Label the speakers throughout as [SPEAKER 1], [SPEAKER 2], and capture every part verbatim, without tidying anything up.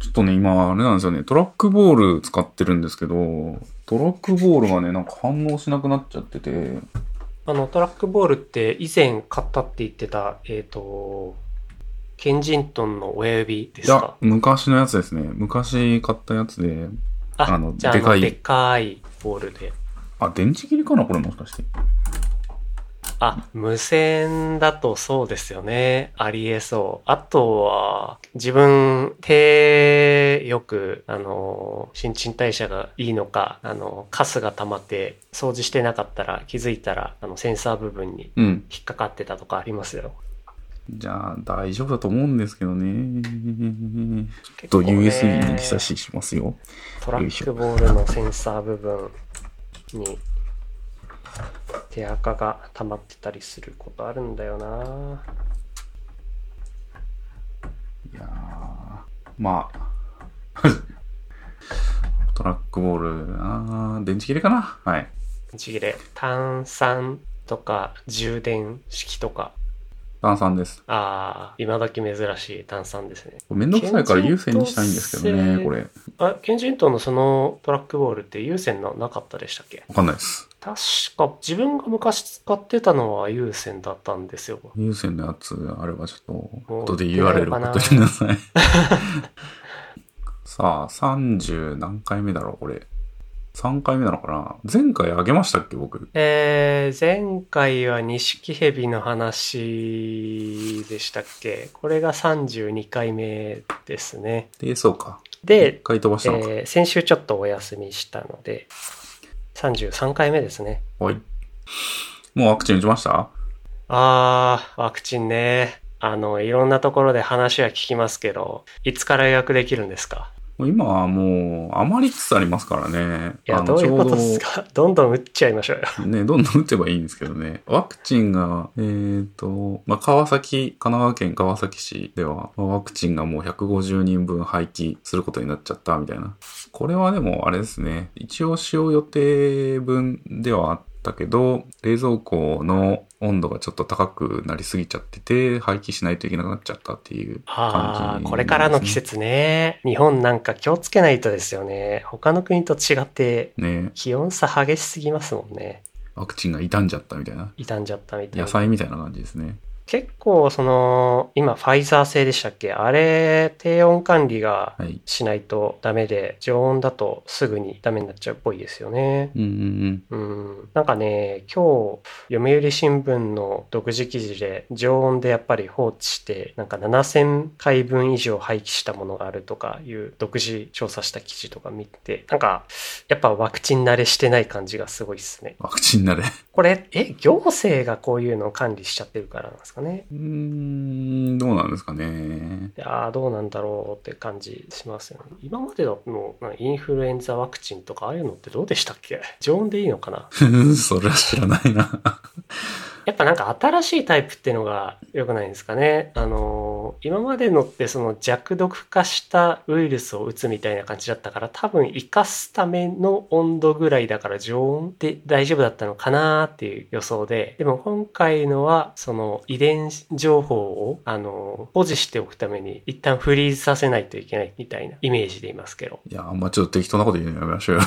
[SPEAKER 1] ちょっとね、今、あれなんですよね、トラックボール使ってるんですけど、トラックボールがね、なんか反応しなくなっちゃってて。
[SPEAKER 2] あの、トラックボールって以前買ったって言ってた、えっと、ケンジントンの親指ですか？いや、
[SPEAKER 1] 昔のやつですね。昔買ったやつで、
[SPEAKER 2] あ、あの、じゃあ、でかい。でかいボールで。
[SPEAKER 1] あ、電池切りかなこれもしかして。
[SPEAKER 2] あ、無線だとそうですよね。ありえそう。あとは、自分、手よく、あの、新陳代謝がいいのか、あの、カスが溜まって、掃除してなかったら、気づいたら、あの、センサー部分に引っかかってたとかありますよ。
[SPEAKER 1] うん、じゃあ、大丈夫だと思うんですけどね。ちょっと ユーエスビー に差ししますよ。
[SPEAKER 2] トラックボールのセンサー部分に、手垢が溜まってたりすることあるんだよな。
[SPEAKER 1] いやー、まあトラックボール、あー、電池切れかな。はい。
[SPEAKER 2] 電池切れ。単三とか充電式とか。
[SPEAKER 1] 単三です。
[SPEAKER 2] ああ、今時珍しい単三ですね。
[SPEAKER 1] めんどくさいから有線にしたいんですけどね、これ。
[SPEAKER 2] あ、ケンジントンのそのトラックボールって有線のなかったでしたっけ？
[SPEAKER 1] わかんないです。
[SPEAKER 2] 確か自分が昔使ってたのは有線だったんですよ。
[SPEAKER 1] 有線のやつあればちょっと後で ユーアールエル 送っといてください。さあ、さんじゅう何回目だろうこれ。さんかいめなのかな。前回あげましたっけ僕。
[SPEAKER 2] えー、前回は錦蛇の話でしたっけ？これがさんじゅうにかいめですね。
[SPEAKER 1] で、そうか。
[SPEAKER 2] で、
[SPEAKER 1] いっかい飛ばしたのか、
[SPEAKER 2] えー、先週ちょっとお休みしたので、さんじゅうさんかいめですね。
[SPEAKER 1] はい。もうワクチン打ちました？
[SPEAKER 2] あー、ワクチンね。あの、いろんなところで話は聞きますけど、いつから予約できるんですか？
[SPEAKER 1] 今はもう余りつつありますからね。
[SPEAKER 2] いや、どういうことですか？どんどん打っちゃいましょうよ。
[SPEAKER 1] ね、どんどん打てばいいんですけどね。ワクチンが、えーと、まあ、川崎、神奈川県川崎市では、ワクチンがもうひゃくごじゅうにんぶん廃棄することになっちゃったみたいな。これはでもあれですね。一応使用予定分ではあったけど、冷蔵庫の温度がちょっと高くなりすぎちゃってて、廃棄しないといけなくなっちゃったっていう感じ、ね。
[SPEAKER 2] ああ、これからの季節ね。日本なんか気をつけないとですよね。他の国と違って、ね、気温差激しすぎますもんね。
[SPEAKER 1] ワクチンが傷んじゃったみたいな。
[SPEAKER 2] 傷んじゃったみたいな。
[SPEAKER 1] 野菜みたいな感じですね。
[SPEAKER 2] 結構その今ファイザー製でしたっけ、あれ低温管理がしないとダメで、はい、常温だとすぐにダメになっちゃうっぽいですよね。
[SPEAKER 1] うんうんうん。
[SPEAKER 2] うん、なんかね、今日読売新聞の独自記事で常温でやっぱり放置してなんかななせんかいぶん以上廃棄したものがあるとかいう独自調査した記事とか見て、なんかやっぱワクチン慣れしてない感じがすごいですね。
[SPEAKER 1] ワクチン慣れ。
[SPEAKER 2] これえ行政がこういうのを管理しちゃってるからなんですかね。
[SPEAKER 1] うーん、どうなんですかね。
[SPEAKER 2] いやー、どうなんだろうって感じしますよね。今までのインフルエンザワクチンとかああいうのってどうでしたっけ？常温でいいのかな？
[SPEAKER 1] それは知らないな。
[SPEAKER 2] やっぱなんか新しいタイプっていうのが良くないんですかね。あのー、今までのってその弱毒化したウイルスを打つみたいな感じだったから、多分生かすための温度ぐらいだから常温で大丈夫だったのかなっていう予想で、でも今回のはその遺伝情報をあのー、保持しておくために一旦フリーズさせないといけないみたいなイメージでいますけど。
[SPEAKER 1] いや、あんまちょっと適当なこと言うのやめましょうよ。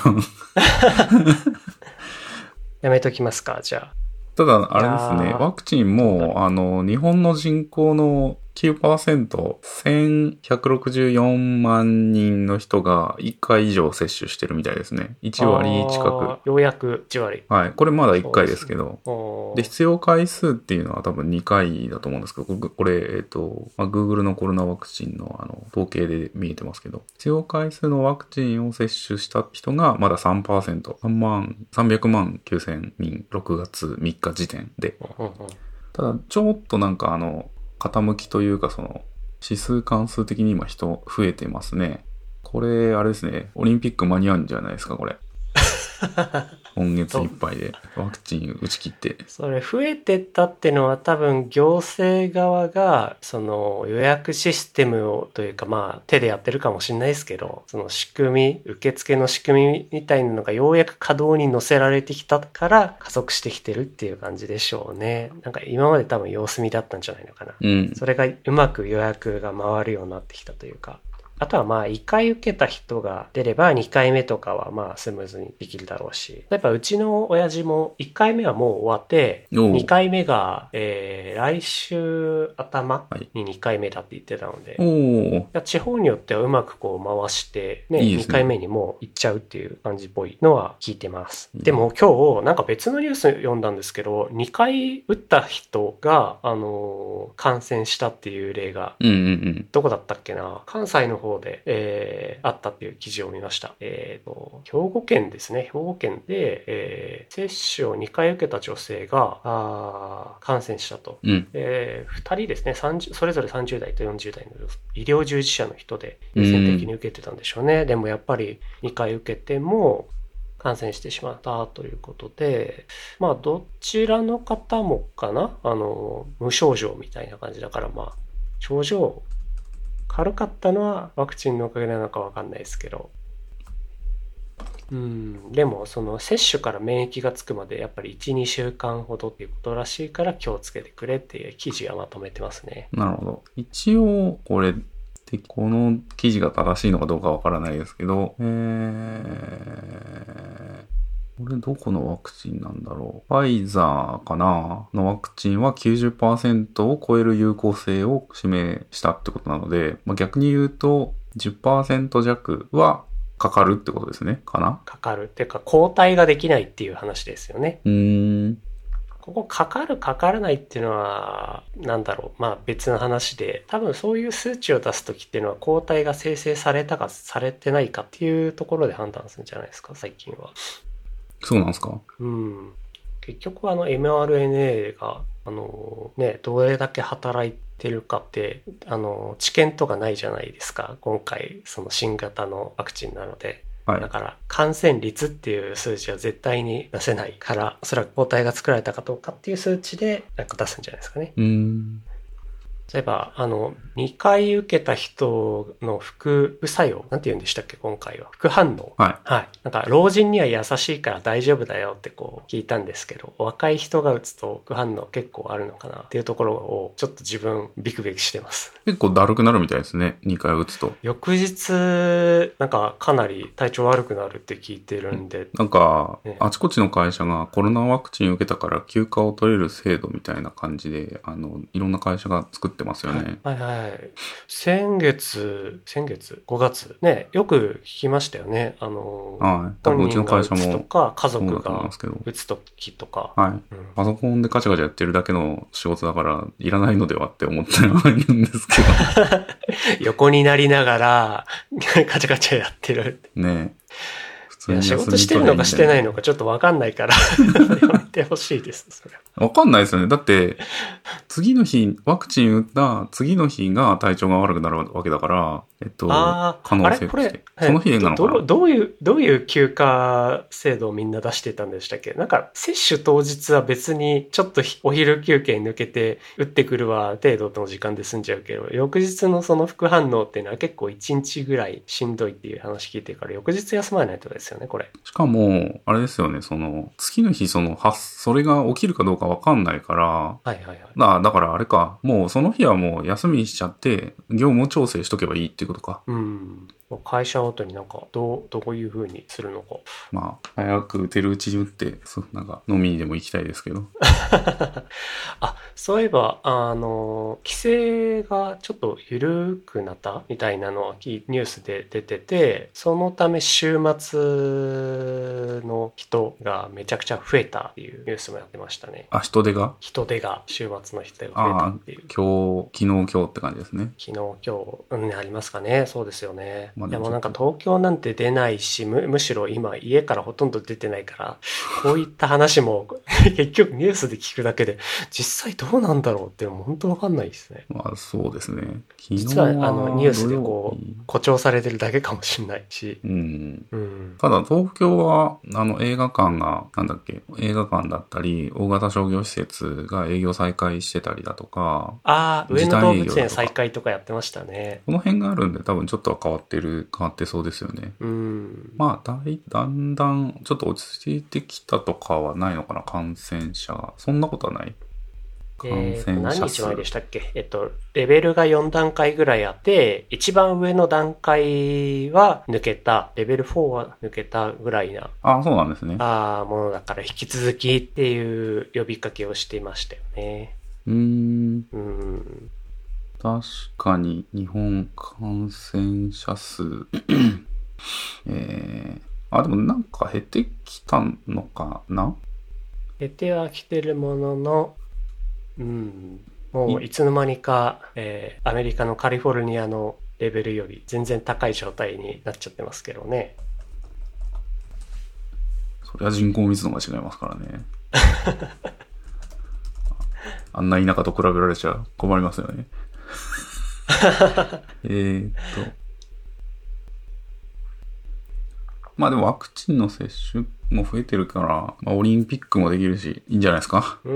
[SPEAKER 2] やめときますか、じゃあ。
[SPEAKER 1] ただ、あれですね、ワクチンも、あの、日本の人口のきゅうパーセント、せんひゃくろくじゅうよんまんにんの人がいっかい以上接種してるみたいですね。いちわり近く。
[SPEAKER 2] ようやくいちわり。
[SPEAKER 1] はい。これまだいっかいですけど。で、必要回数っていうのは多分にかいだと思うんですけど、これ、えっと、まあ、Google のコロナワクチンのあの、統計で見えてますけど、必要回数のワクチンを接種した人がまだ さんパーセント、さんまん、さんびゃくまんきゅうせんにん、ろくがつみっか時点で。ただ、ちょっとなんかあの、傾きというかその指数関数的に今人増えてますね。これあれですね、オリンピック間に合うんじゃないですかこれ。今月いっぱいでワクチン打ち切って。
[SPEAKER 2] それ増えてったってのは多分行政側がその予約システムをというかまあ手でやってるかもしれないですけど、その仕組み、受付の仕組みみたいなのがようやく稼働に乗せられてきたから加速してきてるっていう感じでしょうね。なんか今まで多分様子見だったんじゃないのかな。
[SPEAKER 1] うん。
[SPEAKER 2] それがうまく予約が回るようになってきたというか。 あとはまあいっかい受けた人が出ればにかいめとかはまあスムーズにできるだろうし、やっぱうちの親父もいっかいめはもう終わって、にかいめが、えー、来週頭ににかいめだって言ってたので、
[SPEAKER 1] お
[SPEAKER 2] いや地方によってはうまくこう回して、ね、
[SPEAKER 1] いいですね。
[SPEAKER 2] にかいめにもう行っちゃうっていう感じっぽいのは聞いてます。でも今日なんか別のニュース読んだんですけど、にかい打った人が、あのー、感染したっていう例が、
[SPEAKER 1] うんうんうん、
[SPEAKER 2] どこだったっけな、関西の方で、えー、あったっていう記事を見ました。えーと、兵庫県ですね。兵庫県で、えー、接種をにかい受けた女性が、あ感染したと。
[SPEAKER 1] うん、
[SPEAKER 2] えー、ふたりですね、さんじゅう、それぞれさんじゅう代とよんじゅう代の医療従事者の人で優先的に受けてたんでしょうね。でもやっぱりにかい受けても感染してしまったということで、まあどちらの方もかな、あの無症状みたいな感じだから、まあ症状軽かったのはワクチンのおかげなのかわかんないですけど、うん、でもその接種から免疫がつくまでやっぱりいち、にしゅうかんほどっていうことらしいから気をつけてくれっていう記事はまとめてますね。
[SPEAKER 1] なるほど。一応これでこの記事が正しいのかどうかわからないですけど、えー、これどこのワクチンなんだろう。ファイザーかなのワクチンは きゅうじゅっパーセント を超える有効性を示したってことなので、まあ、逆に言うと じゅっパーセント 弱はかかるってことですね。かな
[SPEAKER 2] かかる。っていうか抗体ができないっていう話ですよね。
[SPEAKER 1] うーん。
[SPEAKER 2] ここかかるかからないっていうのは、なんだろう。まあ別の話で、多分そういう数値を出すときっていうのは抗体が生成されたかされてないかっていうところで判断するんじゃないですか、最近は。
[SPEAKER 1] そうなんですか？
[SPEAKER 2] うん。結局あの エムアールエヌエー が、あのね、どれだけ働いてるかって、あの、知見とかないじゃないですか。今回、その新型のワクチンなので。
[SPEAKER 1] はい、
[SPEAKER 2] だから感染率っていう数値は絶対に出せないから、おそらく抗体が作られたかどうかっていう数値でなんか出すんじゃないですかね。
[SPEAKER 1] うーん。
[SPEAKER 2] 例えば、あの、にかい受けた人の副作用、なんて言うんでしたっけ、今回は。副反応。
[SPEAKER 1] はい。
[SPEAKER 2] はい。なんか、老人には優しいから大丈夫だよってこう聞いたんですけど、若い人が打つと副反応結構あるのかなっていうところを、ちょっと自分ビクビクしてます。
[SPEAKER 1] 結構だるくなるみたいですね。にかい打つと。
[SPEAKER 2] 翌日、なんかかなり体調悪くなるって聞いてるんで。
[SPEAKER 1] なんか、ね、あちこちの会社がコロナワクチン受けたから休暇を取れる制度みたいな感じで、あの、いろんな会社が作ってますよね。
[SPEAKER 2] はいはいはい。先月、先月、ごがつ、ね、よく聞きましたよね。あの、
[SPEAKER 1] はい。多分うちの会社も。
[SPEAKER 2] とか、家族が打つときとか。
[SPEAKER 1] はい、うん。パソコンでカチャカチャやってるだけの仕事だから、いらないのではって思ってはいるんですけど。
[SPEAKER 2] 横になりながら、カチャカチャやってる。
[SPEAKER 1] ねえ。
[SPEAKER 2] いや仕事してるのかしてないのかちょっとわかんないからやめてほしいです。それ
[SPEAKER 1] わかんないですよね。だって次の日ワクチン打った次の日が体調が悪くなるわけだから、えっと可能性として、その日なのかな。
[SPEAKER 2] ど, どういうどういう休暇制度をみんな出してたんでしたっけ？なんか接種当日は別にちょっとお昼休憩抜けて打ってくるわ程度の時間で済んじゃうけど、翌日のその副反応っていうのは結構いちにちぐらいしんどいっていう話聞いてるから、翌日休まないとですよねこれ。
[SPEAKER 1] しかもあれですよね、その次の日そのそれが起きるかどうかわかんないから、
[SPEAKER 2] はいはいはい。
[SPEAKER 1] だだからあれか、もうその日はもう休みにしちゃって業務調整しとけばいいっていうことか。
[SPEAKER 2] うん。会社ごとになんかどうどういう風にするのか。
[SPEAKER 1] まあ早く打てるうちに打って、そうなんか飲みにでも行きたいですけど。
[SPEAKER 2] あ、そういえばあの規制がちょっと緩くなったみたいなのはニュースで出てて、そのため週末の人がめちゃくちゃ増えたっていうニュースもやってましたね。
[SPEAKER 1] あ、人手が
[SPEAKER 2] 人手が週末の人手が増えたっていう。
[SPEAKER 1] 今日昨日今日って感じですね。
[SPEAKER 2] 昨日今日うんありますかね。そうですよね。いやもうなんか東京なんて出ないし、む、むしろ今家からほとんど出てないから、こういった話も結局ニュースで聞くだけで実際どうなんだろうってもう本当わかんないですね。
[SPEAKER 1] まあそうですね。
[SPEAKER 2] 昨日実はあのニュースでこう誇張されてるだけかもしれないし。
[SPEAKER 1] うん。
[SPEAKER 2] うん、
[SPEAKER 1] ただ東京はあの映画館がなんだっけ映画館だったり大型商業施設が営業再開してたりだとか。
[SPEAKER 2] ああ上野動物園再開とかやってましたね。
[SPEAKER 1] この辺があるんで多分ちょっとは変わってる変わってそうですよね。
[SPEAKER 2] うん。
[SPEAKER 1] まあだいだんだんちょっと落ち着いてきたとかはないのかな、感染者が。そんなことはない
[SPEAKER 2] えー、何日前でしたっけ？えっと、レベルがよん段階ぐらいあって、一番上の段階は抜けた、レベルフォーは抜けたぐらいな。
[SPEAKER 1] あ、そうなんですね。
[SPEAKER 2] あものだから引き続きっていう呼びかけをしていましたよね。
[SPEAKER 1] うーん。
[SPEAKER 2] うん。
[SPEAKER 1] 確かに日本感染者数、えー、あ、でもなんか減ってきたのかな？
[SPEAKER 2] 減ってはきてるものの、うん、もういつの間にか、えー、アメリカのカリフォルニアのレベルより全然高い状態になっちゃってますけどね。
[SPEAKER 1] それは人口密度が違いますからね。あんな田舎と比べられちゃ困りますよね。えーっと。まあでもワクチンの接種も増えてるから、まあ、オリンピックもできるし、いいんじゃないですか。
[SPEAKER 2] うん、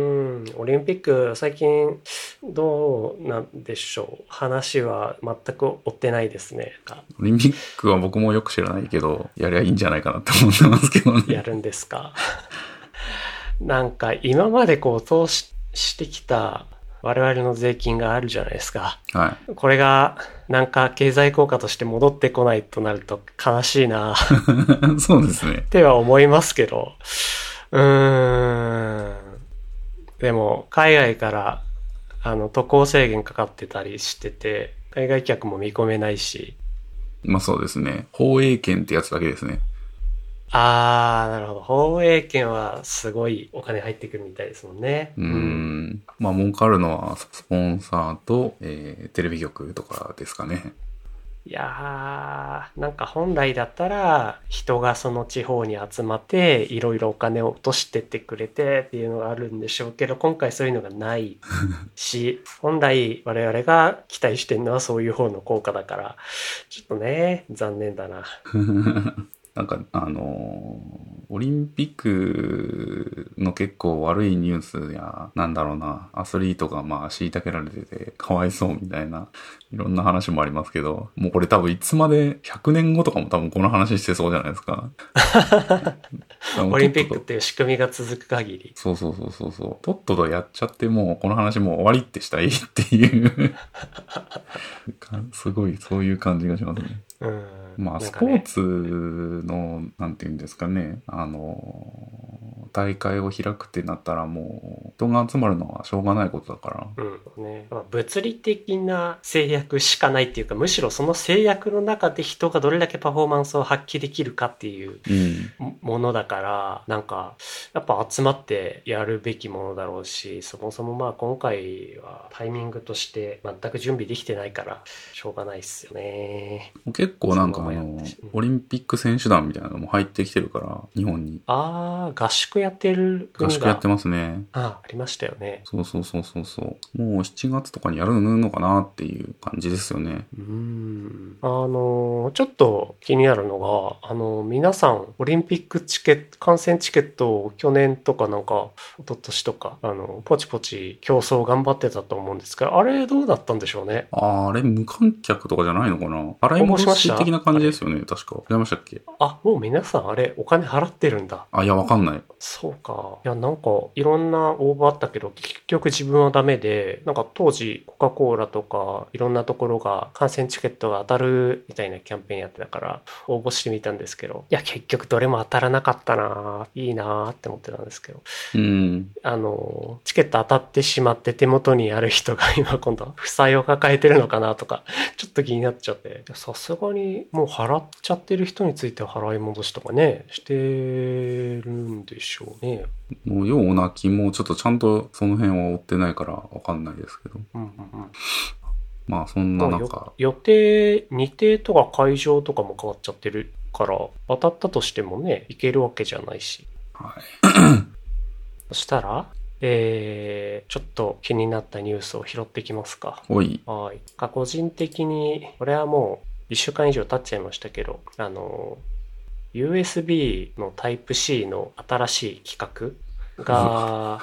[SPEAKER 2] オリンピック最近どうなんでしょう。話は全く追ってないですね。
[SPEAKER 1] オリンピックは僕もよく知らないけど、やりゃいいんじゃないかなって思ってますけどね。
[SPEAKER 2] やるんですか。なんか今までこう投資してきた我々の税金があるじゃないですか。
[SPEAKER 1] はい。
[SPEAKER 2] これがなんか経済効果として戻ってこないとなると悲しいな。
[SPEAKER 1] そうですね。
[SPEAKER 2] っては思いますけど。うーん。でも海外からあの渡航制限かかってたりしてて、海外客も見込めないし。
[SPEAKER 1] まあそうですね。放映権ってやつだけですね。
[SPEAKER 2] あー、なるほど。放映権はすごいお金入ってくるみたいですもんね。
[SPEAKER 1] うーん。うん、まあ儲かるのはスポンサーと、えー、テレビ局とかですかね。
[SPEAKER 2] いやー、なんか本来だったら人がその地方に集まっていろいろお金を落としてってくれてっていうのがあるんでしょうけど、今回そういうのがないし、本来我々が期待してるのはそういう方の効果だから、ちょっとね、残念だな。
[SPEAKER 1] なんか、あのー、オリンピックの結構悪いニュースや、なんだろうな、アスリートがまあ虐げられててかわいそうみたいな、いろんな話もありますけど、もうこれ多分いつまで、ひゃくねんごとかも多分この話してそうじゃないですか。
[SPEAKER 2] オリンピックっていう仕組みが続く限り。
[SPEAKER 1] そうそうそうそうそう。とっととやっちゃってもうこの話もう終わりってしたいっていうすごいそういう感じがしますね。
[SPEAKER 2] うん、
[SPEAKER 1] まあ、スポーツの、なんていうんですかね、あの、大会を開くってなったらもう、人が集まるのはしょうがないことだから。
[SPEAKER 2] うんね。物理的な制約しかないっていうか、むしろその制約の中で人がどれだけパフォーマンスを発揮できるかっていうものだから、うん、なんか、やっぱ集まってやるべきものだろうし、そもそもまあ今回はタイミングとして全く準備できてないから、しょうがないっすよね。
[SPEAKER 1] 結構なんかあの、オリンピック選手団みたいなのも入ってきてるから、日本に。
[SPEAKER 2] ああ、合宿やってる
[SPEAKER 1] 国が。合宿やってますね。
[SPEAKER 2] ああ、ありましたよね。
[SPEAKER 1] そうそうそうそうそう。もうしちがつとかにやるのかなっていう感じですよね。
[SPEAKER 2] うーん。あの、ちょっと気になるのが、あの、皆さん、オリンピックチケット、観戦チケットを去年とかなんか、一昨年とか、あの、ポチポチ競争頑張ってたと思うんですけど、あれどうだったんでしょうね。
[SPEAKER 1] ああ、あれ無観客とかじゃないのかな？払い戻し的な感じですよね、確か。違いましたっけ？
[SPEAKER 2] あ、もう皆さんあれ、お金払ってるんだ。
[SPEAKER 1] あ、いや、わかんない。
[SPEAKER 2] そうか。いや、なんか、いろんな応募あったけど、結局自分はダメで、なんか当時、コカ・コーラとか、いろんなところが、観戦チケットが当たるみたいなキャンペーンやってたから、応募してみたんですけど、いや、結局どれも当たらなかったな、いいなって思ってたんですけど。
[SPEAKER 1] うん。
[SPEAKER 2] あの、チケット当たってしまって手元にある人が今今度、負債を抱えてるのかなとか、ちょっと気になっちゃって、さすがにもう払っちゃってる人については払い戻しとかね、してるんでしょうね。
[SPEAKER 1] もうような気もちょっとちゃんとその辺は追ってないからわかんないですけど。
[SPEAKER 2] うんうんうん。
[SPEAKER 1] まあそんな中。
[SPEAKER 2] 予定、日程とか会場とかも変わっちゃってるから、当たったとしてもね、行けるわけじゃないし。
[SPEAKER 1] はい。
[SPEAKER 2] そしたら、えー、ちょっと気になったニュースを拾ってきますか。
[SPEAKER 1] おい。
[SPEAKER 2] はい。個人的に、これはもういっしゅうかん以上経っちゃいましたけど、あの、ユーエスビー のタイプ C の新しい規格が、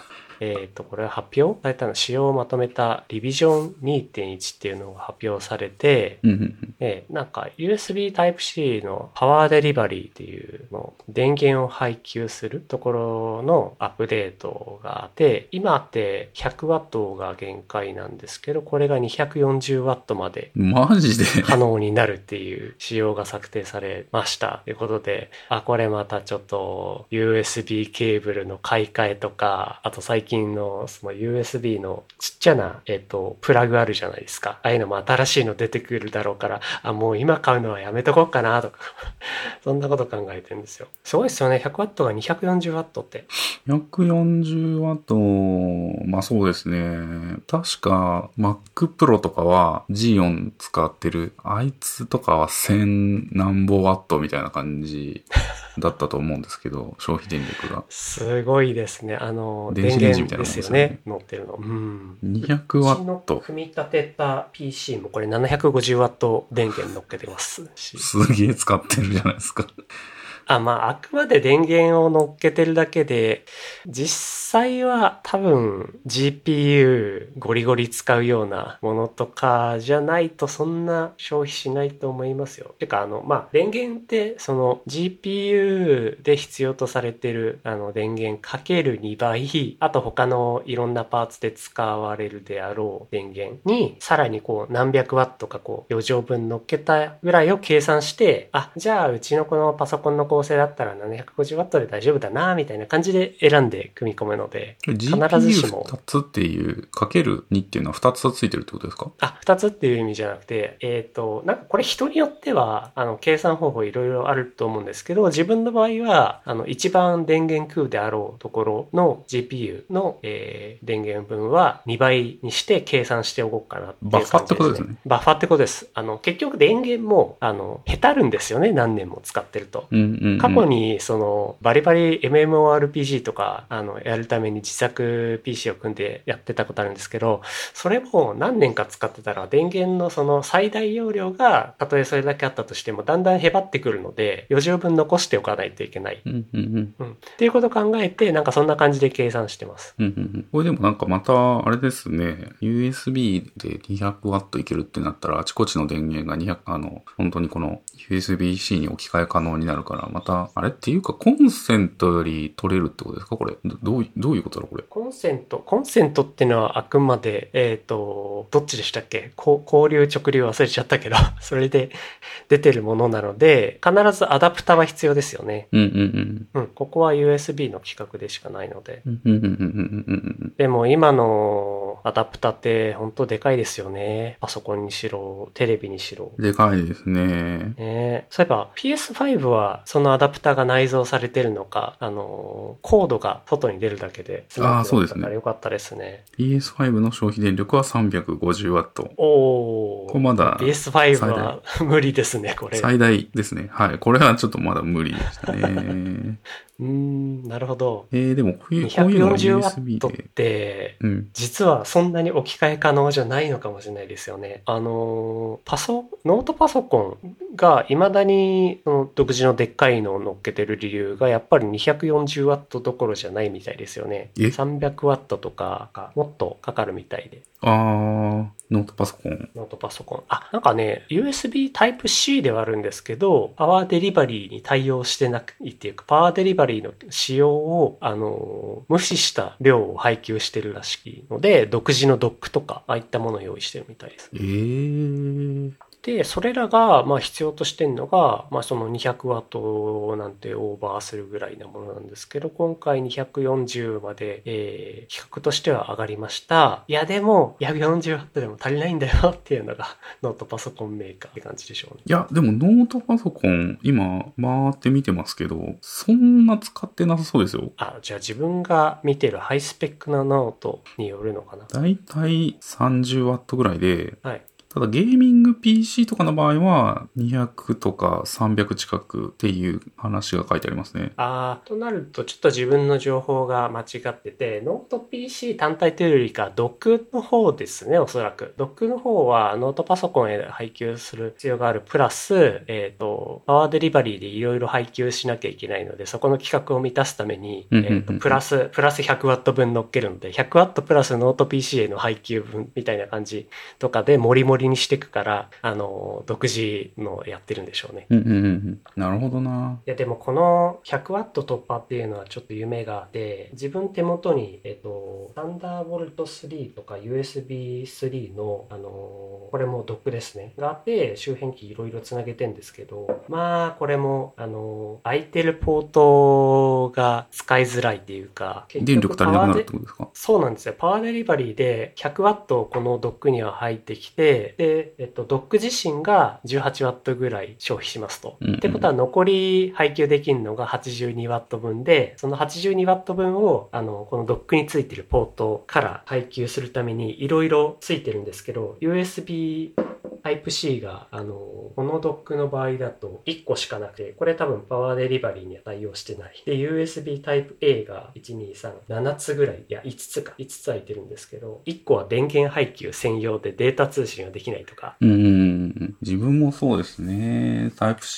[SPEAKER 2] えっと、これは発表されたの、仕様をまとめたリビジョン にてんいち っていうのが発表されて、
[SPEAKER 1] うんうんうん
[SPEAKER 2] えーなんか ユーエスビー Type-C のパワーデリバリーっていうの電源を配給するところのアップデートがあって、今って ひゃくワット が限界なんですけど、これが にひゃくよんじゅうワット まで
[SPEAKER 1] マジで
[SPEAKER 2] 可能になるっていう仕様が策定されましたということで、あ、これまたちょっと ユーエスビー ケーブルの買い替えとか、あと最近のその ユーエスビー のちっちゃな、えっと、プラグあるじゃないですか。ああいうのも新しいの出てくるだろうから、あ、もう今買うのはやめとこうかなとか、そんなこと考えてるんですよ。すごいですよね。ひゃくワット が にひゃくよんじゅうワット って。
[SPEAKER 1] ひゃくよんじゅうワット、まあそうですね。確か Mac Pro とかは ジーヨン 使ってる、あいつとかはせん何ぼワットみたいな感じだったと思うんですけど、消費電力が。
[SPEAKER 2] すごいですね。あの、
[SPEAKER 1] 電子レンジみたいなもん
[SPEAKER 2] ですよ
[SPEAKER 1] ですよね
[SPEAKER 2] ね。乗ってるの。うん。
[SPEAKER 1] にひゃくワッ
[SPEAKER 2] うちの
[SPEAKER 1] ト。
[SPEAKER 2] 組み立てた ピーシー もこれななひゃくごじゅうワット電源乗っけてますし。
[SPEAKER 1] すげえ使ってるじゃないですか。
[SPEAKER 2] あ、まあ、あくまで電源を乗っけてるだけで、実際は多分 ジーピーユー ゴリゴリ使うようなものとかじゃないとそんな消費しないと思いますよ。てか、あの、まあ、電源ってその ジーピーユー で必要とされてるあの電源かけるにばい、あと他のいろんなパーツで使われるであろう電源に、さらにこう何百ワットかこう余剰分乗っけたぐらいを計算して、あ、じゃあうちのこのパソコンの構成だったら ななひゃくごじゅうワット で大丈夫だなみたいな感じで選んで組み込むので、必ずしも
[SPEAKER 1] ジーピーユーふたつ っていう、かけるにっていうのはふたつついてるってことですか？
[SPEAKER 2] あ、二つっていう意味じゃなくて、えっと、なんかこれ人によっては、あの、計算方法いろいろあると思うんですけど、自分の場合は、あの、一番電源食うであろうところの ジーピーユー の、えー、電源分はにばいにして計算しておこうかなっていう感じですね。
[SPEAKER 1] バッファってことですね。
[SPEAKER 2] バッファってことです。あの、結局電源も、あの、へたるんですよね、何年も使ってると。
[SPEAKER 1] うんうんうん、
[SPEAKER 2] 過去に、その、バリバリ エムエムオーアールピージー とか、あの、やるために自作 ピーシー を組んでやってたことあるんですけど、それも何年か使ってたら電源のその最大容量がたとえそれだけあったとしてもだんだんへばってくるので余剰分残しておかないといけない、
[SPEAKER 1] うんうんうん
[SPEAKER 2] うん、っていうことを考えてなんかそんな感じで計算してます、
[SPEAKER 1] うんうんうん、これでもなんかまたあれですね ユーエスビー で にひゃくワット いけるってなったらあちこちの電源がにひゃくあの本当にこの ユーエスビー-C に置き換え可能になるからまたあれっていうかコンセントより取れるってことですかこれ ど, どうどういうことだろうこれ
[SPEAKER 2] コンセントコンセントっていうのはあくまでえっ、ー、とどっちでしたっけ交流直流忘れちゃったけどそれで出てるものなので必ずアダプタは必要ですよね。
[SPEAKER 1] うんうんうん
[SPEAKER 2] うん、ここは ユーエスビー の規格でしかないので。
[SPEAKER 1] うんうんうんうんうん
[SPEAKER 2] でも今のアダプタって本当でかいですよね。パソコンにしろ、テレビにしろ。
[SPEAKER 1] でかいですね。
[SPEAKER 2] ねそういえば ピーエスファイブ はそのアダプタが内蔵されてるのか、あの、コードが外に出るだけで。
[SPEAKER 1] ああ、そうですね。
[SPEAKER 2] よかったですね。
[SPEAKER 1] ピーエスファイブ の消費電力は さんびゃくごじゅうワット。
[SPEAKER 2] おー。
[SPEAKER 1] これまだ。
[SPEAKER 2] ピーエスファイブ は無理ですね、これ。
[SPEAKER 1] 最大ですね。はい。これはちょっとまだ無理でしたね。
[SPEAKER 2] うーん、なるほど。
[SPEAKER 1] えー、でもこういう、
[SPEAKER 2] にひゃくよんじゅうワット
[SPEAKER 1] こういうのが ユーエスビー で。
[SPEAKER 2] って、
[SPEAKER 1] うん、
[SPEAKER 2] 実はそんなに置き換え可能じゃないのかもしれないですよね。あの、パソ、ノートパソコンが未だにその独自のでっかいのを乗っけてる理由がやっぱり にひゃくよんじゅうワット どころじゃないみたいですよね。さんびゃくワットとかがもっとかかるみたいで。
[SPEAKER 1] あー、ノートパソコン。
[SPEAKER 2] ノートパソコン。あ、なんかね、ユーエスビー Type-C ではあるんですけど、パワーデリバリーに対応してなくいっていうか、パワーデリバリーの仕様を、あの、無視した量を配給してるらしいので、独自のドックとか、ああいったものを用意してるみたいです。
[SPEAKER 1] えー。
[SPEAKER 2] で、それらが、まあ必要としてるのが、まあそのにひゃくワットなんてオーバーするぐらいなものなんですけど、今回にひゃくよんじゅうまで、えー、規格としては上がりました。いやでも、ひゃくよんじゅうワットでも足りないんだよっていうのが、ノートパソコンメーカーって感じでしょうね。
[SPEAKER 1] いや、でもノートパソコン、今、回って見てますけど、そんな使ってなさそうですよ。
[SPEAKER 2] あ、じゃあ自分が見てるハイスペックなノートによるのかな。
[SPEAKER 1] だいたいさんじゅうワットぐらいで、
[SPEAKER 2] はい。
[SPEAKER 1] ただゲーミング ピーシー とかの場合はにひゃくとかさんびゃく近くっていう話が書いてありますね。
[SPEAKER 2] ああ、となるとちょっと自分の情報が間違ってて、ノート ピーシー 単体というよりかドックの方ですね、おそらく。ドックの方はノートパソコンへ配給する必要があるプラス、えっと、パワーデリバリーでいろいろ配給しなきゃいけないので、そこの規格を満たすために、えっと、プラス、プラス ひゃくワット 分乗っけるので、ひゃくワット プラスノート ピーシー への配給分みたいな感じとかでモリモリにしていくから、あの、独自のやってるんでしょうね。
[SPEAKER 1] うんうんうん。なるほどな。
[SPEAKER 2] いや、でもこの ひゃくワット 突破っていうのはちょっと夢があって、自分手元に、えっと、サンダーボルトスリーとか ユーエスビースリー の、あの、これもドックですね。があって、周辺機いろいろつなげてんですけど、まあ、これも、あの、空いてるポートが使いづらいっていうか、
[SPEAKER 1] 電力足りなくなるってことですか？
[SPEAKER 2] そうなんですよ。パワーデリバリーで ひゃくワット このドックには入ってきて、で、えっと、ドック自身が じゅうはちワット ぐらい消費しますと。うんうん、ってことは残り配給できるのが はちじゅうにワット 分で、その はちじゅうにワット 分を、あの、このドックについてるポートから配給するためにいろいろついてるんですけど、ユーエスビータイプ C が、あの、このドックの場合だといっこしかなくて、これ多分パワーデリバリーには対応してない。で、ユーエスビー タイプ A がいち、に、さん、ななつぐらい、いや、いつつか、いつつ空いてるんですけど、いっこは電源配給専用でデータ通信ができないとか。
[SPEAKER 1] うん、自分もそうですね。タイプ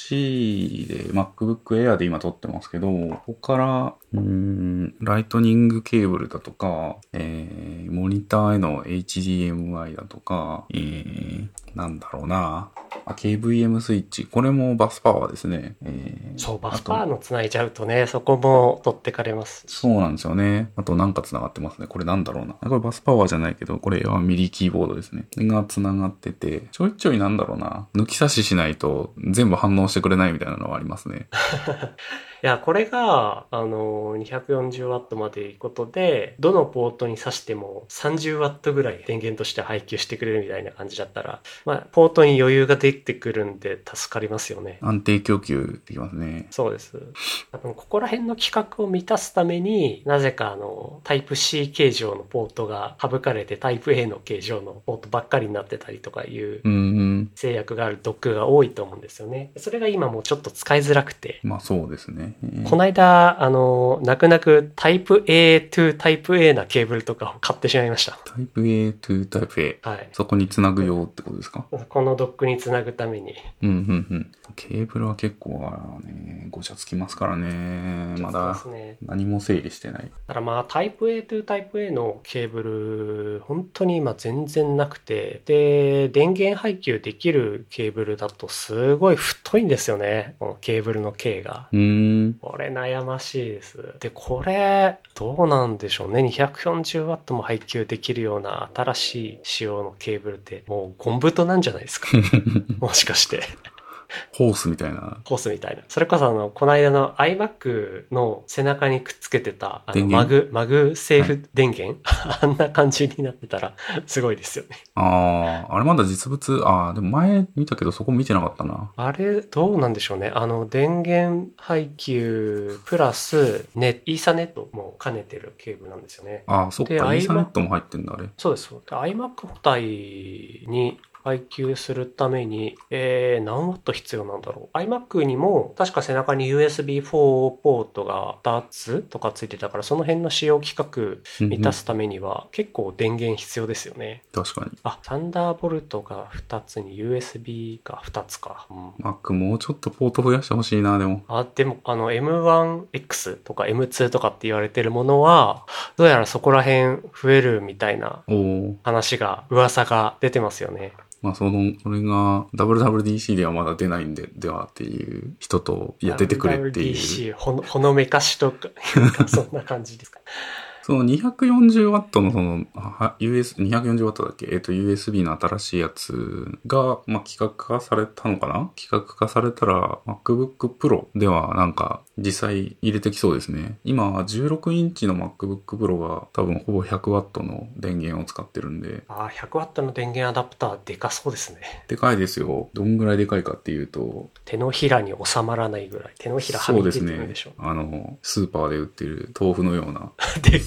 [SPEAKER 1] C で MacBook Air で今撮ってますけど、ここから、うーん、ライトニングケーブルだとか、えー、モニターへの エイチディーエムアイ だとか、えー、なんだろうな。ケーブイエム スイッチ。これもバスパワーですね。
[SPEAKER 2] えー、そう、バスパワーの繋いじゃうとね、そこも取ってかれます。
[SPEAKER 1] そうなんですよね。あとなんか繋がってますね。これなんだろうな。これバスパワーじゃないけど、これはミリキーボードですね。これが繋がってて、ちょいちょいなんだろうな。抜き差ししないと全部反応してくれないみたいなのはありますね。
[SPEAKER 2] いや、これが、あの、にひゃくよんじゅうワット までいくことで、どのポートに挿してもさんじゅうワット ぐらい電源として配給してくれるみたいな感じだったら、まあ、ポートに余裕が出てくるんで助かりますよね。
[SPEAKER 1] 安定供給できますね。
[SPEAKER 2] そうです。多分、ここら辺の規格を満たすために、なぜかあの、タイプ C 形状のポートが省かれて、タイプ A の形状のポートばっかりになってたりとかいう制約があるドックが多いと思うんですよね。それが今もうちょっと使いづらくて。
[SPEAKER 1] まあそうですね。
[SPEAKER 2] この間、あの、泣く泣くタイプ A to タイプ A なケーブルとかを買ってしまいました。
[SPEAKER 1] タイプ A to タイプ A。
[SPEAKER 2] はい。
[SPEAKER 1] そこにつなぐよってことですか？
[SPEAKER 2] このドックにつなぐために。
[SPEAKER 1] うん、うん、うん。ケーブルは結構ね、ごちゃつきますからね。まだ何も整理してない。
[SPEAKER 2] だからまあタイプ A to タイプ A のケーブル、本当に今全然なくて、で、電源配給できるケーブルだとすごい太いんですよね。このケーブルの径が。
[SPEAKER 1] うーん。
[SPEAKER 2] これ悩ましいです。で、これ、どうなんでしょうね。にひゃくよんじゅうワット も配給できるような新しい仕様のケーブルって、もうゴンブトなんじゃないですか。もしかして。
[SPEAKER 1] ホースみたいな。
[SPEAKER 2] ホースみたいな。それこそあの、この間の iMac の背中にくっつけてた、あの、マグ、マグセーフ電源、はい、あんな感じになってたら、すごいですよね。
[SPEAKER 1] ああ、あれまだ実物、ああ、でも前見たけどそこ見てなかったな。
[SPEAKER 2] あれ、どうなんでしょうね。あの、電源配給、プラス、ネ、イーサネットも兼ねてるケーブルなんですよね。
[SPEAKER 1] ああ、そっか、イーサネットも入ってんだ、あれ。
[SPEAKER 2] そうです。iMac 個体に、配給するために、えー、何ワット必要なんだろう。iMac にも、確か背中に ユーエスビーフォー ポートがふたつとかついてたから、その辺の使用規格満たすためには、結構電源必要ですよね。
[SPEAKER 1] 確かに。
[SPEAKER 2] あ、サンダーボルトがふたつに ユーエスビー がふたつか。うん、
[SPEAKER 1] Mac もうちょっとポート増やしてほしいな、でも。
[SPEAKER 2] あ、でも、あの、エムワンエックス とか エムツー とかって言われてるものは、どうやらそこら辺増えるみたいな話が、噂が出てますよね。
[SPEAKER 1] まあその、それが ダブリューダブリューディーシー ではまだ出ないんで、ではっていう人と、いや出てくれっていう。ダブリューダブリューディーシー、
[SPEAKER 2] ほの、ほのめかしとか、そんな感じですか。
[SPEAKER 1] その にひゃくよんじゅうワット のその、ユーエス、にひゃくよんじゅうワット だっけえっと ユーエスビー の新しいやつが、まあ、規格化されたのかな規格化されたら MacBook Pro ではなんか実際入れてきそうですね。今じゅうろくインチの MacBook Pro が多分ほぼ ひゃくワット の電源を使ってるんで。
[SPEAKER 2] ああ、ひゃくワット の電源アダプターでかそうですね。
[SPEAKER 1] でかいですよ。どんぐらいでかいかっていうと。
[SPEAKER 2] 手のひらに収まらないぐらい。手のひらはみ出てるでしょ。
[SPEAKER 1] そうですね。あの、スーパーで売ってる豆腐のような。
[SPEAKER 2] でっ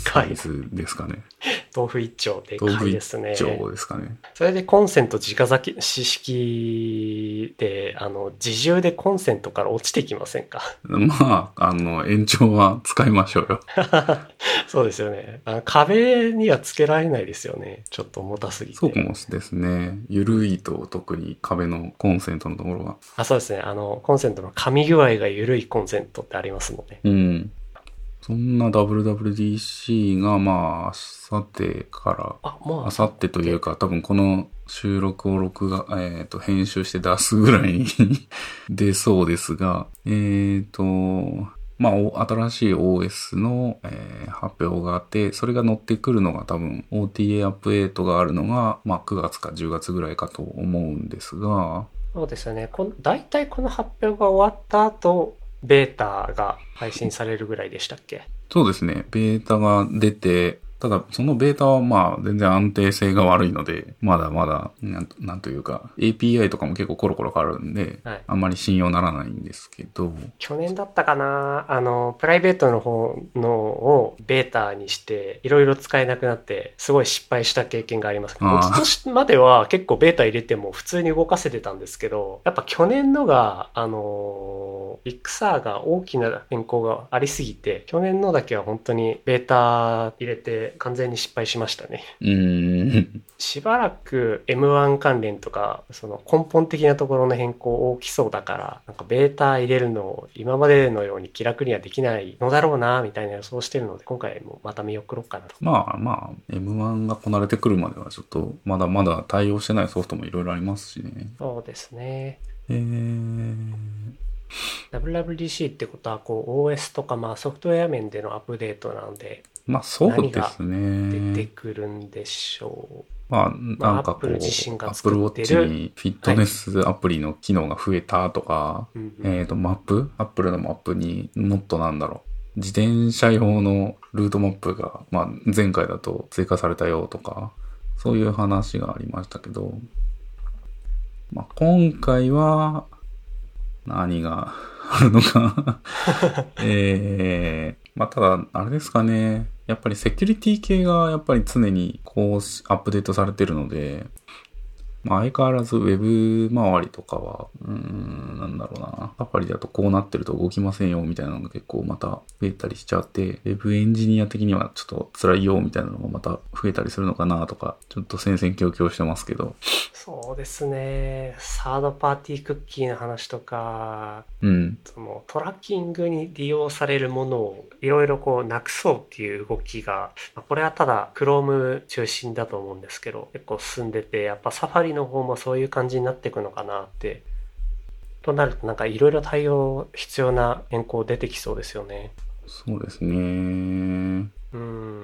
[SPEAKER 1] サイズですかね。
[SPEAKER 2] 豆腐一丁でかいですね。
[SPEAKER 1] 豆腐一丁ですかね。
[SPEAKER 2] それでコンセント直差しで、あの、自重でコンセントから落ちてきませんか？
[SPEAKER 1] まあ、あの、延長は使いましょうよ。
[SPEAKER 2] そうですよね。あの壁にはつけられないですよね。ちょっと重たすぎて。
[SPEAKER 1] そうかもですね。緩いと特に壁のコンセントのところが。
[SPEAKER 2] あ、そうですね。あの、コンセントの噛み具合が緩いコンセントってありますので。
[SPEAKER 1] うん。そんな ダブリューダブリューディーシー がまあ、明後日から、
[SPEAKER 2] あ、もう
[SPEAKER 1] 明後日というか、多分この収録を録画、えっと、編集して出すぐらいに出そうですが、えっと、まあ、新しい オーエス の、えー発表があって、それが乗ってくるのが多分 オーティーエー アップデートがあるのが、まあ、くがつかじゅうがつぐらいかと思うんですが、
[SPEAKER 2] そうですよね。この大体この発表が終わった後、ベータが配信されるぐらいでしたっけ？
[SPEAKER 1] そうですね。ベータが出て、ただそのベータはまあ全然安定性が悪いので、まだまだ、なんと、なんというか、エーピーアイ とかも結構コロコロ変わるんで、はい、あんまり信用ならないんですけど。
[SPEAKER 2] 去年だったかな、あの、プライベートの方のをベータにして、いろいろ使えなくなって、すごい失敗した経験があります。今年までは結構ベータ入れても普通に動かせてたんですけど、やっぱ去年のが、あの、ビッグサーが大きな変更がありすぎて、去年のだけは本当にベータ入れて完全に失敗しましたね。
[SPEAKER 1] うーん。
[SPEAKER 2] しばらく エムワン 関連とか、その根本的なところの変更大きそうだから、なんかベータ入れるのを今までのように気楽にはできないのだろうな、みたいな予想してるので、今回もまた見送ろうかなと。
[SPEAKER 1] まあまあ、エムワン がこなれてくるまではちょっと、まだまだ対応してないソフトもいろいろありますしね。
[SPEAKER 2] そうですね。
[SPEAKER 1] えー。
[SPEAKER 2] ダブリューダブリューディーシー ってことは、こう オーエス とかまあソフトウェア面でのアップデートなので、
[SPEAKER 1] まあそうですね。
[SPEAKER 2] 何が出てくるんでしょう。
[SPEAKER 1] まあ、なんかこう、
[SPEAKER 2] まあ、Apple 自身が
[SPEAKER 1] 作ってる Apple Watch にフィットネスアプリの機能が増えたとか、はい、えっと、マップ Apple のマップにもっとなんだろう。自転車用のルートマップが、まあ前回だと追加されたよとか、そういう話がありましたけど、まあ今回は何があるのか、えー、まあただ、あれですかね。やっぱりセキュリティ系がやっぱり常にこうアップデートされてるので、まあ相変わらずウェブ周りとかは、うーん、なんだろうな。アプリだとこうなってると動きませんよみたいなのが結構また増えたりしちゃって、ウェブエンジニア的にはちょっと辛いよみたいなのがまた増えたりするのかなとか、ちょっと戦々恐々してますけど。
[SPEAKER 2] そうですね。サードパーティークッキーの話とか、
[SPEAKER 1] うん。
[SPEAKER 2] そのトラッキングに利用されるものをいろいろこうなくそうっていう動きが、これはただ Chrome 中心だと思うんですけど、結構進んでて、やっぱサファリの方もそういう感じになっていくのかなって。となるとなんかいろいろ対応必要な変更出てきそうですよね。
[SPEAKER 1] そうですね。
[SPEAKER 2] うん。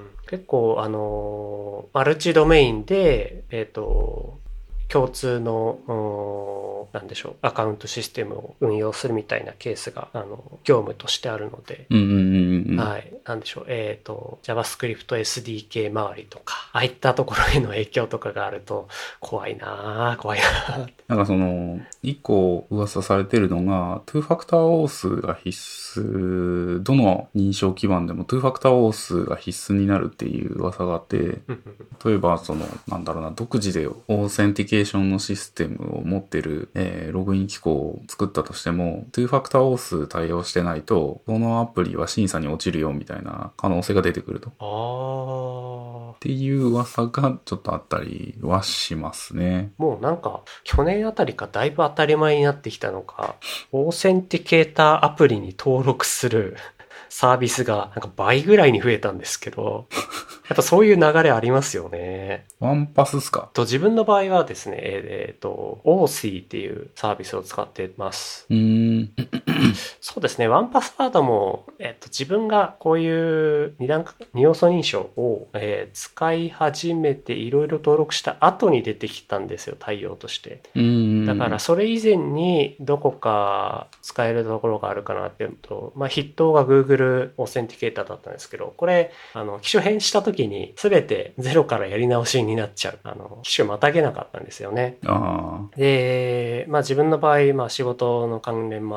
[SPEAKER 2] 結構あの、マルチドメインで、えっと、共通の、なんでしょう、アカウントシステムを運用するみたいなケースが、あの、業務としてあるので、
[SPEAKER 1] うんうんうんうん、
[SPEAKER 2] はい、なんでしょう、えっと、JavaScript エスディーケー 周りとか、ああいったところへの影響とかがあると、怖いなぁ、怖いなぁ。
[SPEAKER 1] なんかその、一個噂されてるのが、ツーファクターオースが必須、どの認証基盤でもツーファクターオースが必須になるっていう噂があって、例えばその、なんだろうな、独自でオーセンティケーションのシステムを持ってる、えー、ログイン機構を作ったとしても、ツーファクターオース対応してないと、そのアプリは審査に落ちるよみたいな可能性が出てくると。
[SPEAKER 2] あー。
[SPEAKER 1] っていう噂がちょっとあったりはしますね。
[SPEAKER 2] もうなんか、去年あたりかだいぶ当たり前になってきたのか、オーセンティケーターアプリに登録するサービスがなんか倍ぐらいに増えたんですけど、やっぱそういう流れありますよね。
[SPEAKER 1] ワンパスっすか？
[SPEAKER 2] と自分の場合はですね、えっと、オーシー っていうサービスを使ってます。
[SPEAKER 1] うーん
[SPEAKER 2] そうですね、ワンパスワードも、えっと、自分がこういう二段、二要素認証を、えー、使い始めていろいろ登録した後に出てきたんですよ、対応として。
[SPEAKER 1] うーん
[SPEAKER 2] だからそれ以前にどこか使えるところがあるかなっていうと、まあ筆頭が Google オーセンティケーターだったんですけど、これ、あの、機種変した時に全てゼロからやり直しになっちゃう。あの、機種またげなかったんですよね。
[SPEAKER 1] あ
[SPEAKER 2] で、まあ自分の場合、まあ仕事の関連もあって、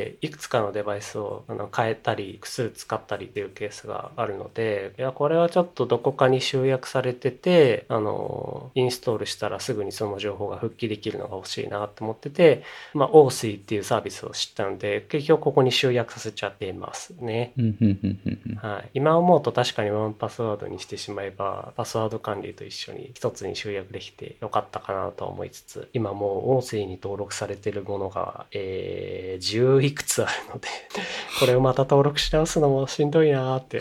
[SPEAKER 2] でいくつかのデバイスをあの変えたり複数使ったりっていうケースがあるので、いやこれはちょっとどこかに集約されてて、あのインストールしたらすぐにその情報が復帰できるのが欲しいなと思ってて、まあ、オーシー っていうサービスを知ったので結局ここに集約させちゃっていますね。はい、今思うと確かにワンパスワードにしてしまえばパスワード管理と一緒に一つに集約できてよかったかなと思いつつ、今もうオーシーに登録されているものが、えー、じゅういくつあるのでこれをまた登録し直すのもしんどいなーって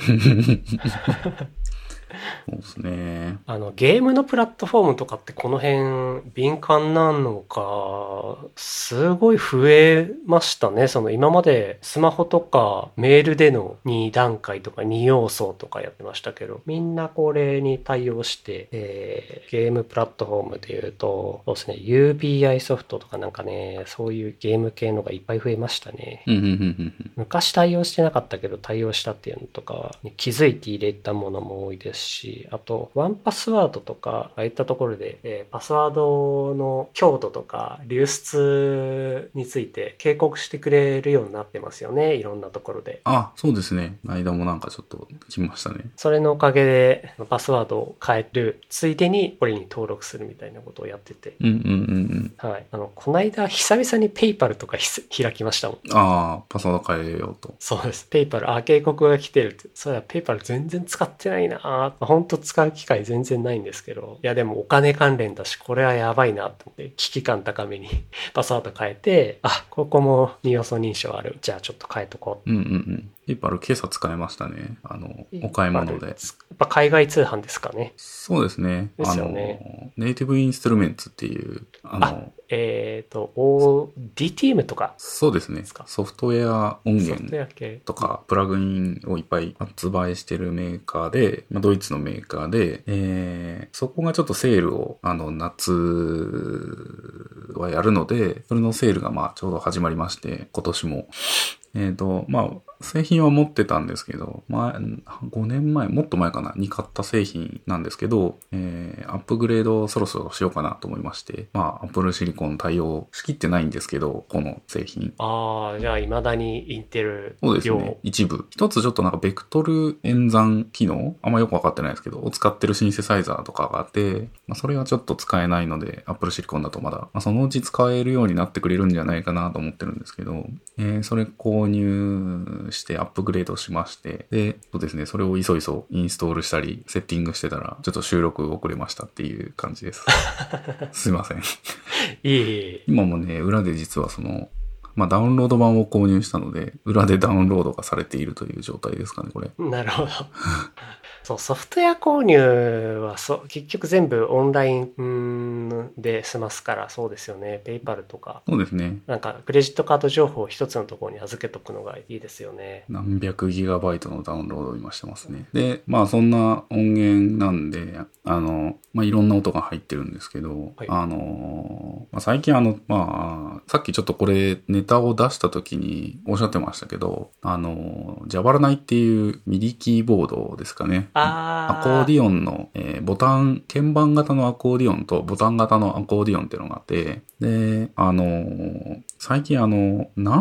[SPEAKER 1] そうですね。
[SPEAKER 2] あのゲームのプラットフォームとかってこの辺敏感なのかすごい増えましたね。その今までスマホとかメールでのに段階とかに要素とかやってましたけど、みんなこれに対応して、えー、ゲームプラットフォームでいうとそうですね ユービーアイ ソフトとかなんかね、そういうゲーム系のがいっぱい増えましたね。昔対応してなかったけど対応したっていうのとかに気づいて入れたものも多いですし、あとワンパスワードとかああいったところで、えー、パスワードの強度とか流出について警告してくれるようになってますよね、いろんなところで。
[SPEAKER 1] あ、そうですね。間もなんかちょっと来ましたね。
[SPEAKER 2] それのおかげでパスワードを変えるついでにこれに登録するみたいなことをやってて、
[SPEAKER 1] うんうんうんうん。
[SPEAKER 2] はい。あのこの間久々にペイパルとか開きましたもん。
[SPEAKER 1] ああ、パスワード変えようと。
[SPEAKER 2] そうです。ペイパル、あ、警告が来てるって。そうや、ペイパル全然使ってないなぁ。ほんと使う機会全然ないんですけど。いや、でもお金関連だし、これはやばいなと思って、危機感高めにパスワード変えて、あ、ここもに要素認証ある。じゃあちょっと変えとこ
[SPEAKER 1] う。うんうんうん。ペイパル今朝使いましたね。あの、お買い物で。やっ
[SPEAKER 2] ぱ海外通販ですかね。
[SPEAKER 1] そうですね。
[SPEAKER 2] ですよね。
[SPEAKER 1] あの、ネイティブインストゥルメンツっていう、あの、
[SPEAKER 2] あえっ、ー、と、O、ディーティーエム とか。
[SPEAKER 1] そうですね。ソフトウェア音源とか、プラグインをいっぱい発売してるメーカーで、まあ、ドイツのメーカーで、えー、そこがちょっとセールを、あの、夏はやるので、それのセールがまあちょうど始まりまして、今年も。えっと、まあ、製品は持ってたんですけど、まあ、ごねんまえ、もっと前かな、に買った製品なんですけど、えー、アップグレードをそろそろしようかなと思いまして、まあ、Apple Silicon 対応しきってないんですけど、この製品。
[SPEAKER 2] ああ、じゃあ、未だにインテル
[SPEAKER 1] そうですね。一部。一つちょっとなんか、ベクトル演算機能あんまよくわかってないですけど、を使ってるシンセサイザーとかがあって、まあ、それはちょっと使えないので、Apple Silicon だとまだ、まあ、そのうち使えるようになってくれるんじゃないかなと思ってるんですけど、えー、それ購入してアップグレードしまして、で、そうですね、それをいそいそインストールしたり、セッティングしてたら、ちょっと収録遅れましたっていう感じです。すいません。
[SPEAKER 2] いい。
[SPEAKER 1] 今もね、裏で実はその、まあダウンロード版を購入したので、裏でダウンロードがされているという状態ですかね、これ。
[SPEAKER 2] なるほど。そう、ソフトウェア購入はそ結局全部オンラインで済ますから、そうですよね。ペイパルとか。
[SPEAKER 1] そうですね。
[SPEAKER 2] なんかクレジットカード情報を一つのところに預けとくのがいいですよね。
[SPEAKER 1] 何百ギガバイトのダウンロードを今してますね。で、まあそんな音源なんで、あの、まあいろんな音が入ってるんですけど、はい、あの、まあ、最近あの、まあ、さっきちょっとこれネタを出した時におっしゃってましたけど、あの、ジャバラナイっていうミディキーボードですかね。
[SPEAKER 2] あ
[SPEAKER 1] アコーディオンの、えー、ボタン、鍵盤型のアコーディオンとボタン型のアコーディオンっていうのがあって、で、あのー、最近あの、なん、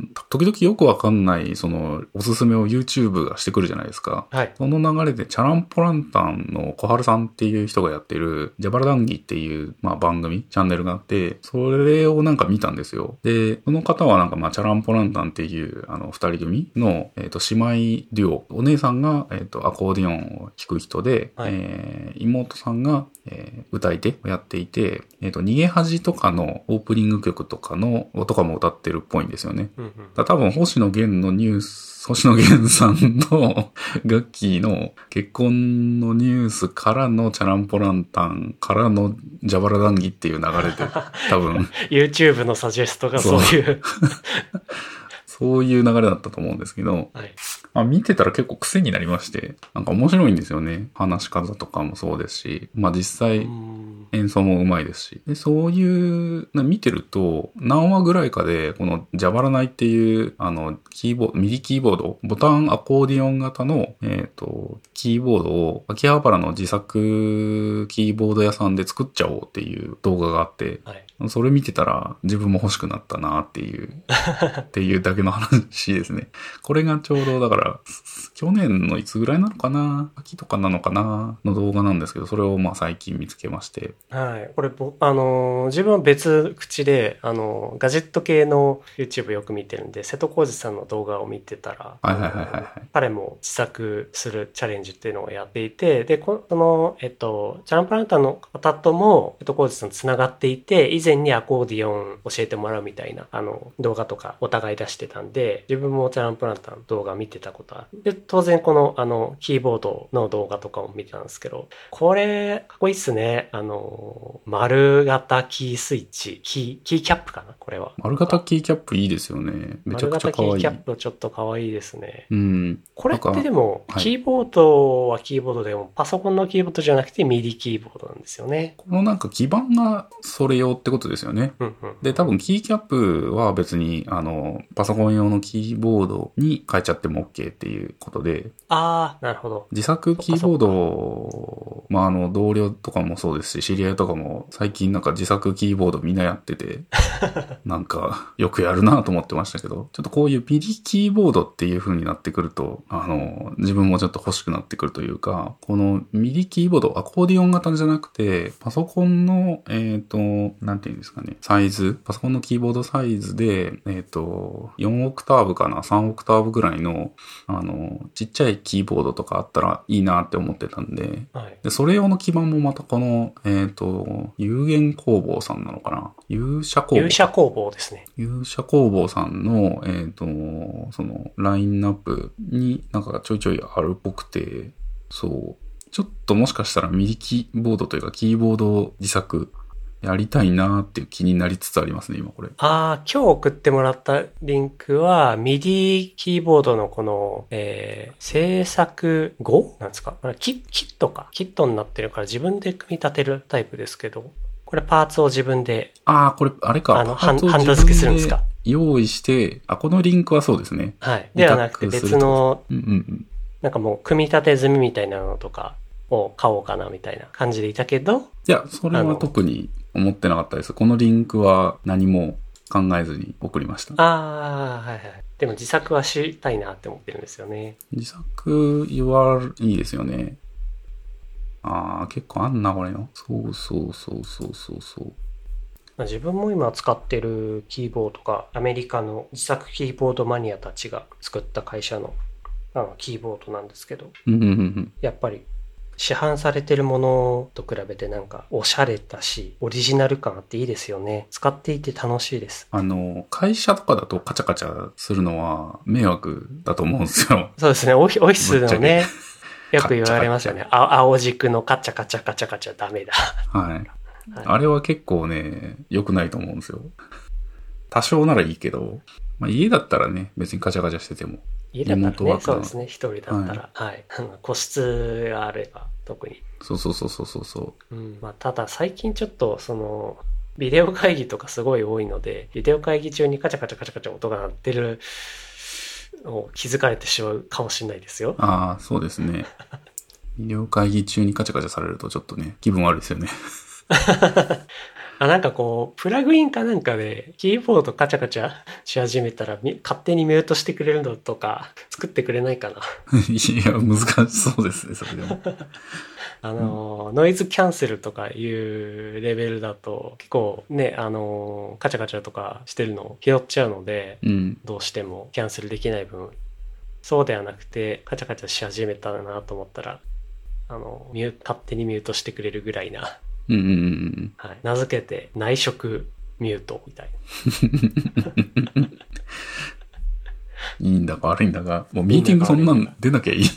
[SPEAKER 1] 時々よくわかんない、その、おすすめを YouTube がしてくるじゃないですか。
[SPEAKER 2] はい。
[SPEAKER 1] その流れで、チャランポランタンの小春さんっていう人がやってる、ジャバラ談義っていう、まあ番組、チャンネルがあって、それをなんか見たんですよ。で、その方はなんかまあ、チャランポランタンっていう、あの、二人組の、えっと、姉妹デュオ。お姉さんが、えっと、アコーディオンを弾く人で、はい、えー、妹さんが、えー、歌い手をやっていて、えっと、逃げ恥とかのオープニング曲とかの、とかも歌ってるっぽいんですよね。
[SPEAKER 2] うんうん、
[SPEAKER 1] だ多分、星野源のニュース、星野源さんのガッキーの結婚のニュースからのチャランポランタンからのジャバラ談義っていう流れで、多分。
[SPEAKER 2] YouTube のサジェストがそういう。
[SPEAKER 1] そういう流れだったと思うんですけど、
[SPEAKER 2] はい、
[SPEAKER 1] まあ、見てたら結構癖になりまして、なんか面白いんですよね。話し方とかもそうですし、まあ実際演奏も上手いですし。で、そういう、見てると何話ぐらいかで、このジャバラナイっていう、あの、キーボード、ミディキーボード、ボタンアコーディオン型の、えっと、キーボードを秋葉原の自作キーボード屋さんで作っちゃおうっていう動画があって、
[SPEAKER 2] はい、
[SPEAKER 1] それ見てたら自分も欲しくなったなっていう、っていうだけの話ですね。これがちょうどだから、去年のいつぐらいなのかな、秋とかなのかなの動画なんですけど、それをまあ最近見つけまして。
[SPEAKER 2] はい。これ、あのー、自分は別口で、あのー、ガジェット系の YouTube よく見てるんで、瀬戸康史さんの動画を見てたら、
[SPEAKER 1] はいはいはいはい、はい。
[SPEAKER 2] 彼も自作するチャレンジっていうのをやっていて、で、この、えっと、チャランプランターの方とも、瀬戸康史さんつながっていて、以前にアコーディオン教えてもらうみたいな、あの、動画とかお互い出してたんで、自分もチャランプランターの動画見てたことある。で、当然この、あの、キーボードの動画とかも見てたんですけど、これ、かっこいいっすね。あの、丸型キースイッチ、キー、キーキャップかなこれは。
[SPEAKER 1] 丸型キーキャップいいですよね。めちゃくちゃ可愛い。
[SPEAKER 2] 丸型キーキャップちょっと可愛いですね。
[SPEAKER 1] うん。
[SPEAKER 2] これってでも、キーボードはキーボードでも、パソコンのキーボードじゃなくてミディキーボードなんですよね。
[SPEAKER 1] このなんか基板がそれ用ってことですよね。
[SPEAKER 2] うんうん、
[SPEAKER 1] で、多分キーキャップは別に、あの、パソコン用のキーボードに変えちゃっても OK っていうことで。
[SPEAKER 2] ああ、なるほど。
[SPEAKER 1] 自作キーボード、まあ、あの、同僚とかもそうですし、知り合いとかも最近なんか自作キーボードみんなやってて、なんかよくやるなと思ってましたけど、ちょっとこういうミディキーボードっていう風になってくると、あの、自分もちょっと欲しくなってくるというか、このミディキーボード、アコーディオン型じゃなくて、パソコンの、えっと、なんていうんですかね、サイズ、パソコンのキーボードサイズで、えっと、よんオクターブかな、さんオクターブぐらいの、あの、ちっちゃいキーボードとかあったらいいなって思ってたんで、
[SPEAKER 2] はい、
[SPEAKER 1] でそれ用の基板もまたこの、えっと、有限工房さんなのかな、勇者工房。
[SPEAKER 2] 勇者工房ですね。
[SPEAKER 1] 勇者工房さんの、えっと、その、ラインナップになんかちょいちょいあるっぽくて、そう。ちょっともしかしたらミディキーボードというかキーボード自作やりたいなーっていう気になりつつありますね、今これ。
[SPEAKER 2] ああ、今日送ってもらったリンクは、ミディキーボードのこの、えー、制作後なんですかキ、キットか。キットになってるから自分で組み立てるタイプですけど、これパーツを自分で。
[SPEAKER 1] ああ、これ、あれか。
[SPEAKER 2] あの、ハンド付けするんですか。
[SPEAKER 1] 用意して、あ、このリンクはそうですね。
[SPEAKER 2] はい。ではなくて別の、
[SPEAKER 1] うんうんうん、
[SPEAKER 2] なんかもう組み立て済みみたいなのとかを買おうかなみたいな感じでいたけど。
[SPEAKER 1] いや、それは特に思ってなかったです。このリンクは何も考えずに送りました。
[SPEAKER 2] ああ、はいはい。でも自作はしたいなって思ってるんですよね。
[SPEAKER 1] 自作はいいですよね。ああ、結構あんな、これの。そうそうそうそうそうそう。
[SPEAKER 2] 自分も今使ってるキーボードがアメリカの自作キーボードマニアたちが作った会社のあのキーボードなんですけど、やっぱり市販されてるものと比べてなんかおしゃれだしオリジナル感あっていいですよね。使っていて楽しいです。
[SPEAKER 1] あの会社とかだとカチャカチャするのは迷惑だと思うんですよ。
[SPEAKER 2] そうですね。オフィスのねよく言われますよね。あ青軸のカチャカチャカチャカチャダメだ。
[SPEAKER 1] はい。はい、あれは結構ね良くないと思うんですよ。多少ならいいけど、まあ、家だったらね別にカチャカチャしてても。
[SPEAKER 2] 家だったらね、そうですね。一人だったら、はい、はい、個室があれば特に。
[SPEAKER 1] そうそうそうそうそう。
[SPEAKER 2] うん、まあただ最近ちょっとそのビデオ会議とかすごい多いので、ビデオ会議中にカチャカチャカチャカチャ音が鳴ってるのを気づかれてしまうかもしれないですよ。
[SPEAKER 1] ああ、そうですね。ビデオ会議中にカチャカチャされるとちょっとね気分悪いですよね。
[SPEAKER 2] あ、なんかこう、プラグインかなんかで、キーボードカチャカチャし始めたら、勝手にミュートしてくれるのとか、作ってくれないかな。
[SPEAKER 1] いや、難しそうですね、それでも。
[SPEAKER 2] あの、うん、ノイズキャンセルとかいうレベルだと、結構ね、あの、カチャカチャとかしてるのを拾っちゃうので、うん、どうしてもキャンセルできない分、そうではなくて、カチャカチャし始めたなと思ったら、あの、ミュ勝手にミュートしてくれるぐらいな、
[SPEAKER 1] うんうんうん、
[SPEAKER 2] はい、名付けて内職ミュートみたいな。
[SPEAKER 1] いいんだか悪いんだが、もうミーティングそんなん出なきゃいい。い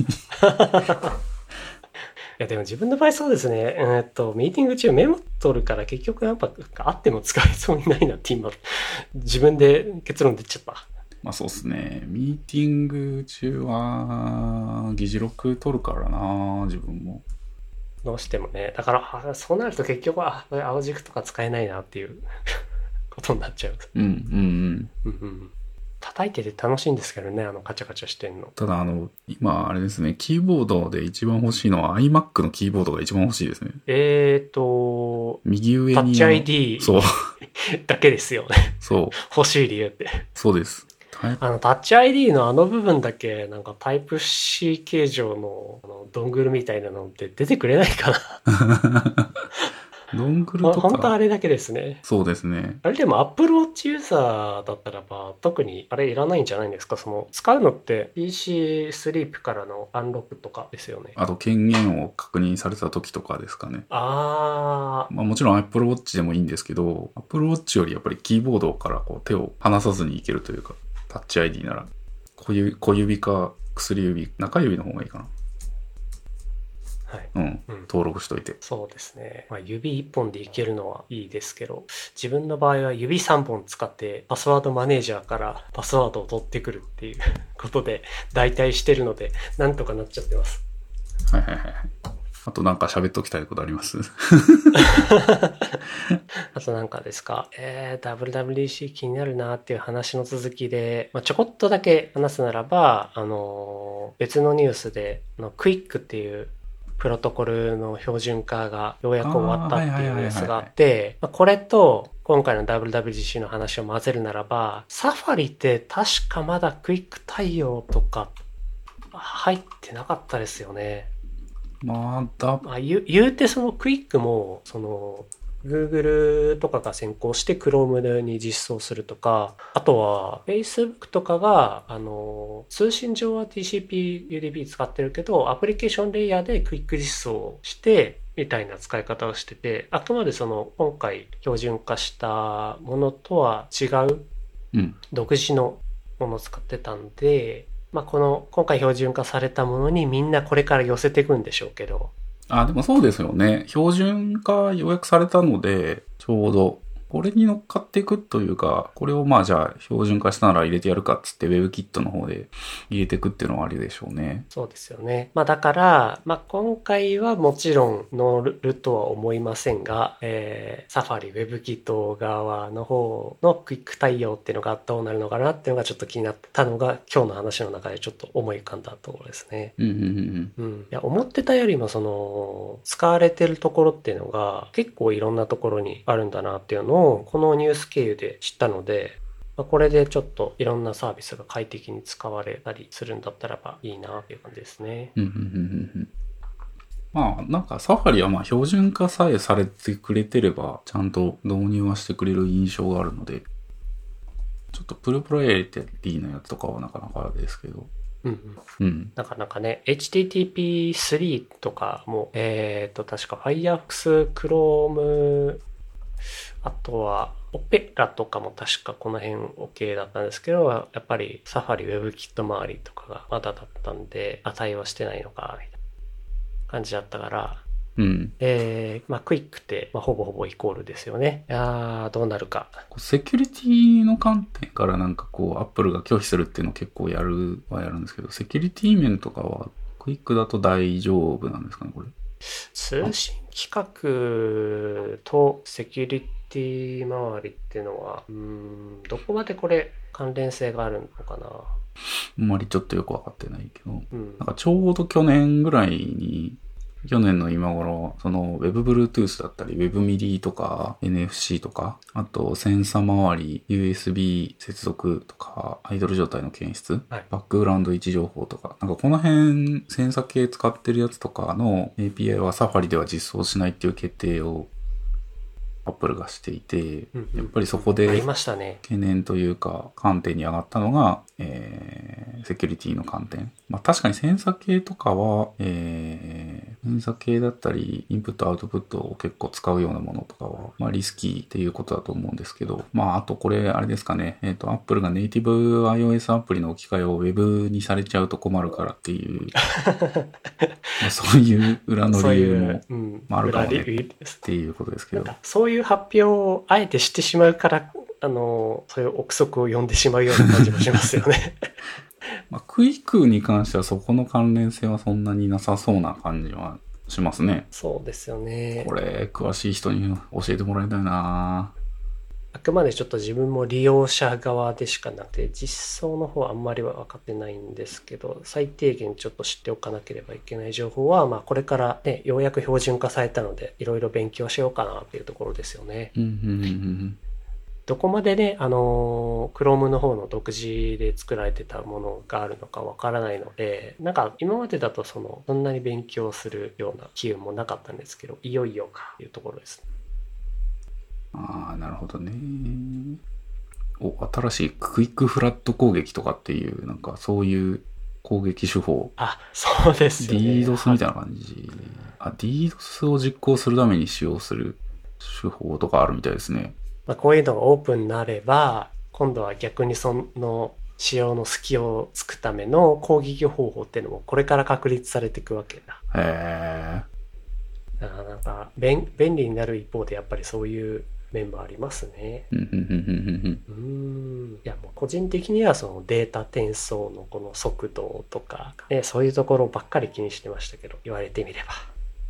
[SPEAKER 2] やでも自分の場合そうですね。えー、っとミーティング中メモ取るから結局やっぱあっても使えそうにないなって今自分で結論出ちゃった。
[SPEAKER 1] まあそうですね。ミーティング中は議事録取るからな、自分も。
[SPEAKER 2] どうしてもね。だからそうなると結局は青軸とか使えないなっていうことになっちゃう。
[SPEAKER 1] うんうんうん。
[SPEAKER 2] うんうん叩いてて楽しいんですけどね、あのカチャカチャしてんの。
[SPEAKER 1] ただあの、今あれですね、キーボードで一番欲しいのは iMac のキーボードが一番欲しいですね。
[SPEAKER 2] えーと、
[SPEAKER 1] 右上に。
[SPEAKER 2] タッチ アイディー
[SPEAKER 1] そう。
[SPEAKER 2] だけですよね。
[SPEAKER 1] そう。
[SPEAKER 2] 欲しい理由って。
[SPEAKER 1] そうです。
[SPEAKER 2] あの、タッチ アイディー のあの部分だけ、なんかタイプ C 形状の、あのドングルみたいなのって出てくれないかな。
[SPEAKER 1] ドングルとか。
[SPEAKER 2] 本当あれだけですね。
[SPEAKER 1] そうですね。
[SPEAKER 2] あれでも Apple Watch ユーザーだったらば、特にあれいらないんじゃないんですか？その、使うのって ピーシー スリープからのアンロックとかですよね。
[SPEAKER 1] あと権限を確認された時とかですかね。
[SPEAKER 2] あー。
[SPEAKER 1] まあもちろん Apple Watch でもいいんですけど、Apple Watch よりやっぱりキーボードからこう手を離さずにいけるというか、タッチ アイディー なら小指、小指か薬指、中指の方がいいかな。
[SPEAKER 2] はい、
[SPEAKER 1] うん、うん、登録しといて。
[SPEAKER 2] そうですね。まあ、指いっぽんでいけるのはいいですけど、自分の場合は指さんぼん使ってパスワードマネージャーからパスワードを取ってくるっていうことで代替してるので、なんとかなっちゃってます。
[SPEAKER 1] はいはいはい。あとなんか喋っときたいことあります
[SPEAKER 2] あとなんかですか、えー、ダブリューダブリューディーシー 気になるなっていう話の続きで、まあ、ちょこっとだけ話すならば、あのー、別のニュースで、あのクイックっていうプロトコルの標準化がようやく終わったっていうニュースがあって、これと今回の ダブリューダブリューディーシー の話を混ぜるならば、サファリって確かまだクイック対応とか入ってなかったですよね。
[SPEAKER 1] まだ、
[SPEAKER 2] まあ、言う、言うてそのクイックも、その、Google とかが先行して Chrome に実装するとか、あとは Facebook とかが、あの、通信上は ティーシーピーユーディービー 使ってるけど、アプリケーションレイヤーでクイック実装して、みたいな使い方をしてて、あくまでその、今回標準化したものとは違う、独自のものを使ってたんで、うん、まあ、この、今回標準化されたものにみんなこれから寄せていくんでしょうけど、
[SPEAKER 1] あ、でもそうですよね。標準化予約されたので、ちょうど、これに乗っかっていくというか、これをまあじゃあ標準化したなら入れてやるかっつって WebKit の方で入れていくっていうのはありでしょうね。
[SPEAKER 2] そうですよね。まあだから、まあ今回はもちろん乗るとは思いませんが、えー、Safari WebKit 側の方のクイック対応っていうのがどうなるのかなっていうのがちょっと気になったのが今日の話の中でちょっと思い浮かんだところですね。
[SPEAKER 1] うんうんうん
[SPEAKER 2] うん。いや、思ってたよりもその、使われてるところっていうのが結構いろんなところにあるんだなっていうのをこのニュース経由で知ったので、まあ、これでちょっといろんなサービスが快適に使われたりするんだったらばいいなっていう感じですね。
[SPEAKER 1] うんうんうんうん。まあなんかサファリはまあ標準化さえされてくれてればちゃんと導入はしてくれる印象があるので、ちょっとプロプロエリティのやつとかはなかなかですけど、
[SPEAKER 2] うんうん。うん。なかなかね、エイチティーティーピースリー とかも、えっと、確か Firefox、Chrome、あとは、オペラとかも確かこの辺 OK だったんですけど、やっぱり Safari、WebKit 周りとかがまだだったんで、対応してないのか、みたいな感じだったから、
[SPEAKER 1] うん。
[SPEAKER 2] えー、まあ、クイックって、まあ、ほぼほぼイコールですよね。いやー、どうなるか。
[SPEAKER 1] セキュリティの観点からなんかこう、Apple が拒否するっていうのを結構やるはやるんですけど、セキュリティ面とかは、クイックだと大丈夫なんですかね、これ。
[SPEAKER 2] 通信規格とセキュリティ周りっていうのは、うーん、どこまでこれ関連性があるのかな。
[SPEAKER 1] あんまりちょっとよくわかってないけど、
[SPEAKER 2] うん、
[SPEAKER 1] なんかちょうど去年ぐらいに、去年の今頃、その WebBluetooth だったり WebMidi とか エヌエフシー とか、あとセンサ周り、ユーエスビー 接続とか、アイドル状態の検出、はい、バックグラウンド位置情報とか、なんかこの辺、センサ系使ってるやつとかの エーピーアイ は Safari では実装しないっていう決定をアップルがしていて、うんうん、やっぱりそこで懸念というか観点に上がったのが、えー、セキュリティの観点。まあ確かにセンサ系とかは、えー、センサ系だったりインプットアウトプットを結構使うようなものとかは、まあリスキーっていうことだと思うんですけど、まああとこれあれですかね、えっと Apple がネイティブ iOS アプリの置き換えを Web にされちゃうと困るからっていうまあそういう裏の理由も、まあ、あるかもねっていうことですけど、
[SPEAKER 2] そういう発表をあえてしてしまうから、あの、そういう憶測を呼んでしまうような感じもしますよね。
[SPEAKER 1] まあ、クイックに関してはそこの関連性はそんなになさそうな感じはしますね。
[SPEAKER 2] そうですよね。
[SPEAKER 1] これ、詳しい人に教えてもらいたいな。
[SPEAKER 2] くまでちょっと自分も利用者側でしかなくて、実装の方はあんまりは分かってないんですけど、最低限ちょっと知っておかなければいけない情報は、まあこれからね、ようやく標準化されたので、いろいろ勉強しようかなっていうところですよね。
[SPEAKER 1] うんうんうんうん
[SPEAKER 2] どこまでね、あの、Chrome の方の独自で作られてたものがあるのかわからないので、なんか今までだとその、そんなに勉強するような機運もなかったんですけど、いよいよかというところです。
[SPEAKER 1] ああ、なるほどね。お、新しいクイックフラット攻撃とかっていう、なんかそういう攻撃手法。
[SPEAKER 2] あ、そうですよね。
[SPEAKER 1] DDoS みたいな感じ。あ、DDoS を実行するために使用する手法とかあるみたいですね。
[SPEAKER 2] まあ、こういうのがオープンになれば、今度は逆にその仕様の隙をつくための攻撃方法っていうのもこれから確立されていくわけだ。
[SPEAKER 1] へ
[SPEAKER 2] ー。だからなんか便便利になる一方でやっぱりそういう面もありますね。
[SPEAKER 1] うんうんうんうん
[SPEAKER 2] うん。いやもう個人的にはそのデータ転送のこの速度とか、ね、そういうところばっかり気にしてましたけど、言われてみれば。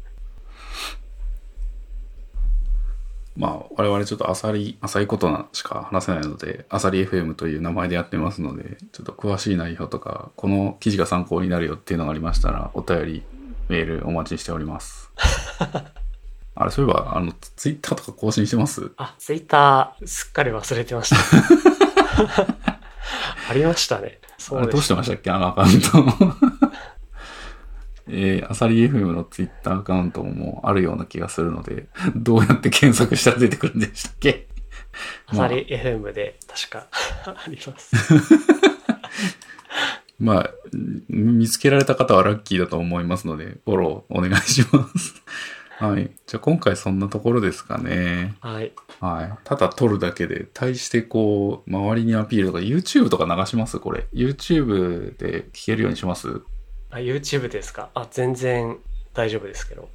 [SPEAKER 1] まあ、我々ちょっと浅い、浅いことなしか話せないので、アサリ エフエム という名前でやってますので、ちょっと詳しい内容とか、この記事が参考になるよっていうのがありましたら、お便り、メールお待ちしております。あれ、そういえば、あの、ツイッターとか更新してます？
[SPEAKER 2] あ、ツイッターすっかり忘れてました。ありましたね。そうですね。
[SPEAKER 1] あれどうしてましたっけ、あのアカウント。えー、アサリ エフエム のツイッターアカウントもあるような気がするので、どうやって検索したら出てくるんでしたっけ？
[SPEAKER 2] アサリ エフエム で確かあります。
[SPEAKER 1] まあ、見つけられた方はラッキーだと思いますので、フォローお願いします。はい。じゃあ今回そんなところですかね。
[SPEAKER 2] はい。
[SPEAKER 1] はい。ただ撮るだけで、対してこう、周りにアピールとか、YouTube とか流しますこれ。YouTube で聞けるようにします？
[SPEAKER 2] あ、YouTube ですか？あ、全然大丈夫ですけど。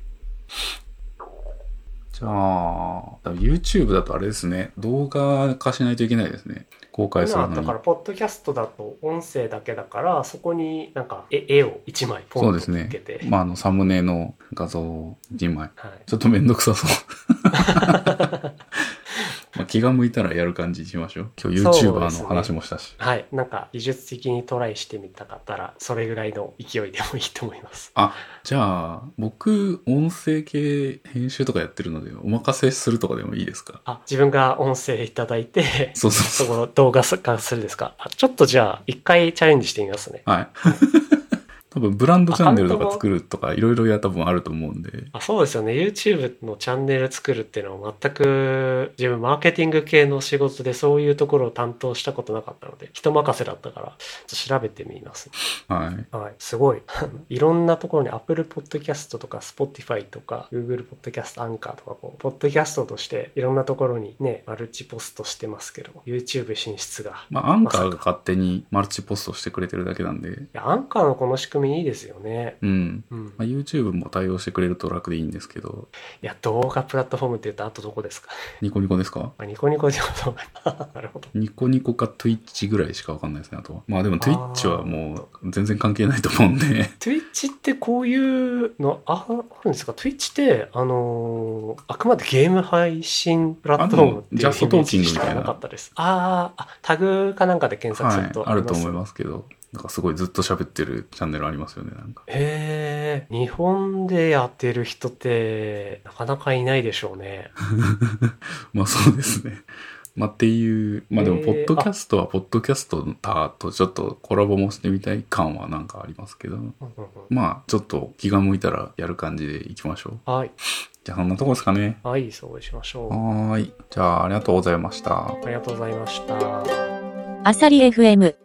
[SPEAKER 1] じゃあ、YouTube だとあれですね。動画化しないといけないですね。公開するのに。
[SPEAKER 2] だから、ポッドキャストだと音声だけだから、そこになんか絵、絵をいちまいポンとつけて。そうですね。
[SPEAKER 1] まあ、あの、サムネの画像をいちまい。
[SPEAKER 2] はい、
[SPEAKER 1] ちょっとめんどくさそう。まあ気が向いたらやる感じにしましょう。今日 YouTuber の話もしたし、
[SPEAKER 2] ね。はい。なんか技術的にトライしてみたかったら、それぐらいの勢いでもいいと思います。
[SPEAKER 1] あ、じゃあ、僕、音声系編集とかやってるので、お任せするとかでもいいですか？
[SPEAKER 2] あ、自分が音声いただいて、
[SPEAKER 1] そうそうそう。
[SPEAKER 2] そこの動画化するですか？あ、ちょっとじゃあ、一回チャレンジしてみますね。
[SPEAKER 1] はい。多分ブランドチャンネルとか作るとかいろいろや多分あると思うんで。
[SPEAKER 2] あ、そうですよね。YouTube のチャンネル作るっていうのは全く自分マーケティング系の仕事でそういうところを担当したことなかったので、人任せだったからちょっと調べてみます。
[SPEAKER 1] はい。
[SPEAKER 2] はい。すごい。いろんなところに Apple Podcast とか Spotify とか Google Podcast Anchor とかこう、ポッドキャストとしていろんなところにね、マルチポストしてますけど、YouTube 進出が。
[SPEAKER 1] まあ、アンカーが勝手にマルチポストしてくれてるだけなんで。い
[SPEAKER 2] や、アンカーのこの仕組みいいですよね。
[SPEAKER 1] うん。うんまあ、YouTube も対応してくれると楽でいいんですけど。
[SPEAKER 2] いや、動画プラットフォームって言うとあとどこですか？
[SPEAKER 1] ニコニコですか？
[SPEAKER 2] あ、ニコニコでも動画。なるほど。
[SPEAKER 1] ニコニコか Twitch ぐらいしかわかんないですね、あとは。まあでも Twitch はもう全然関係ないと思うんで。
[SPEAKER 2] Twitch ってこういうのあ、あるんですか？ Twitch って、あのー、あくまでゲーム配信プラットフォームっていう
[SPEAKER 1] ジャストトーキングみたいな。
[SPEAKER 2] なかったです。ああ、タグかなんかで検索すると、
[SPEAKER 1] はい、あると思いますけど。なんかすごいずっと喋ってるチャンネルありますよね、なんか。
[SPEAKER 2] へえ、日本でやってる人ってなかなかいないでしょうね。
[SPEAKER 1] まあそうですね。まあっていう、まあでもポッドキャストはポッドキャストとちょっとコラボもしてみたい感はなんかありますけど、うんうんうん、まあちょっと気が向いたらやる感じでいきましょう。
[SPEAKER 2] はい。
[SPEAKER 1] じゃあそんなとこですかね。
[SPEAKER 2] はい、そうしましょう。
[SPEAKER 1] はい。じゃあありがとうございました。
[SPEAKER 2] ありがとうございました。
[SPEAKER 3] アサリ エフエム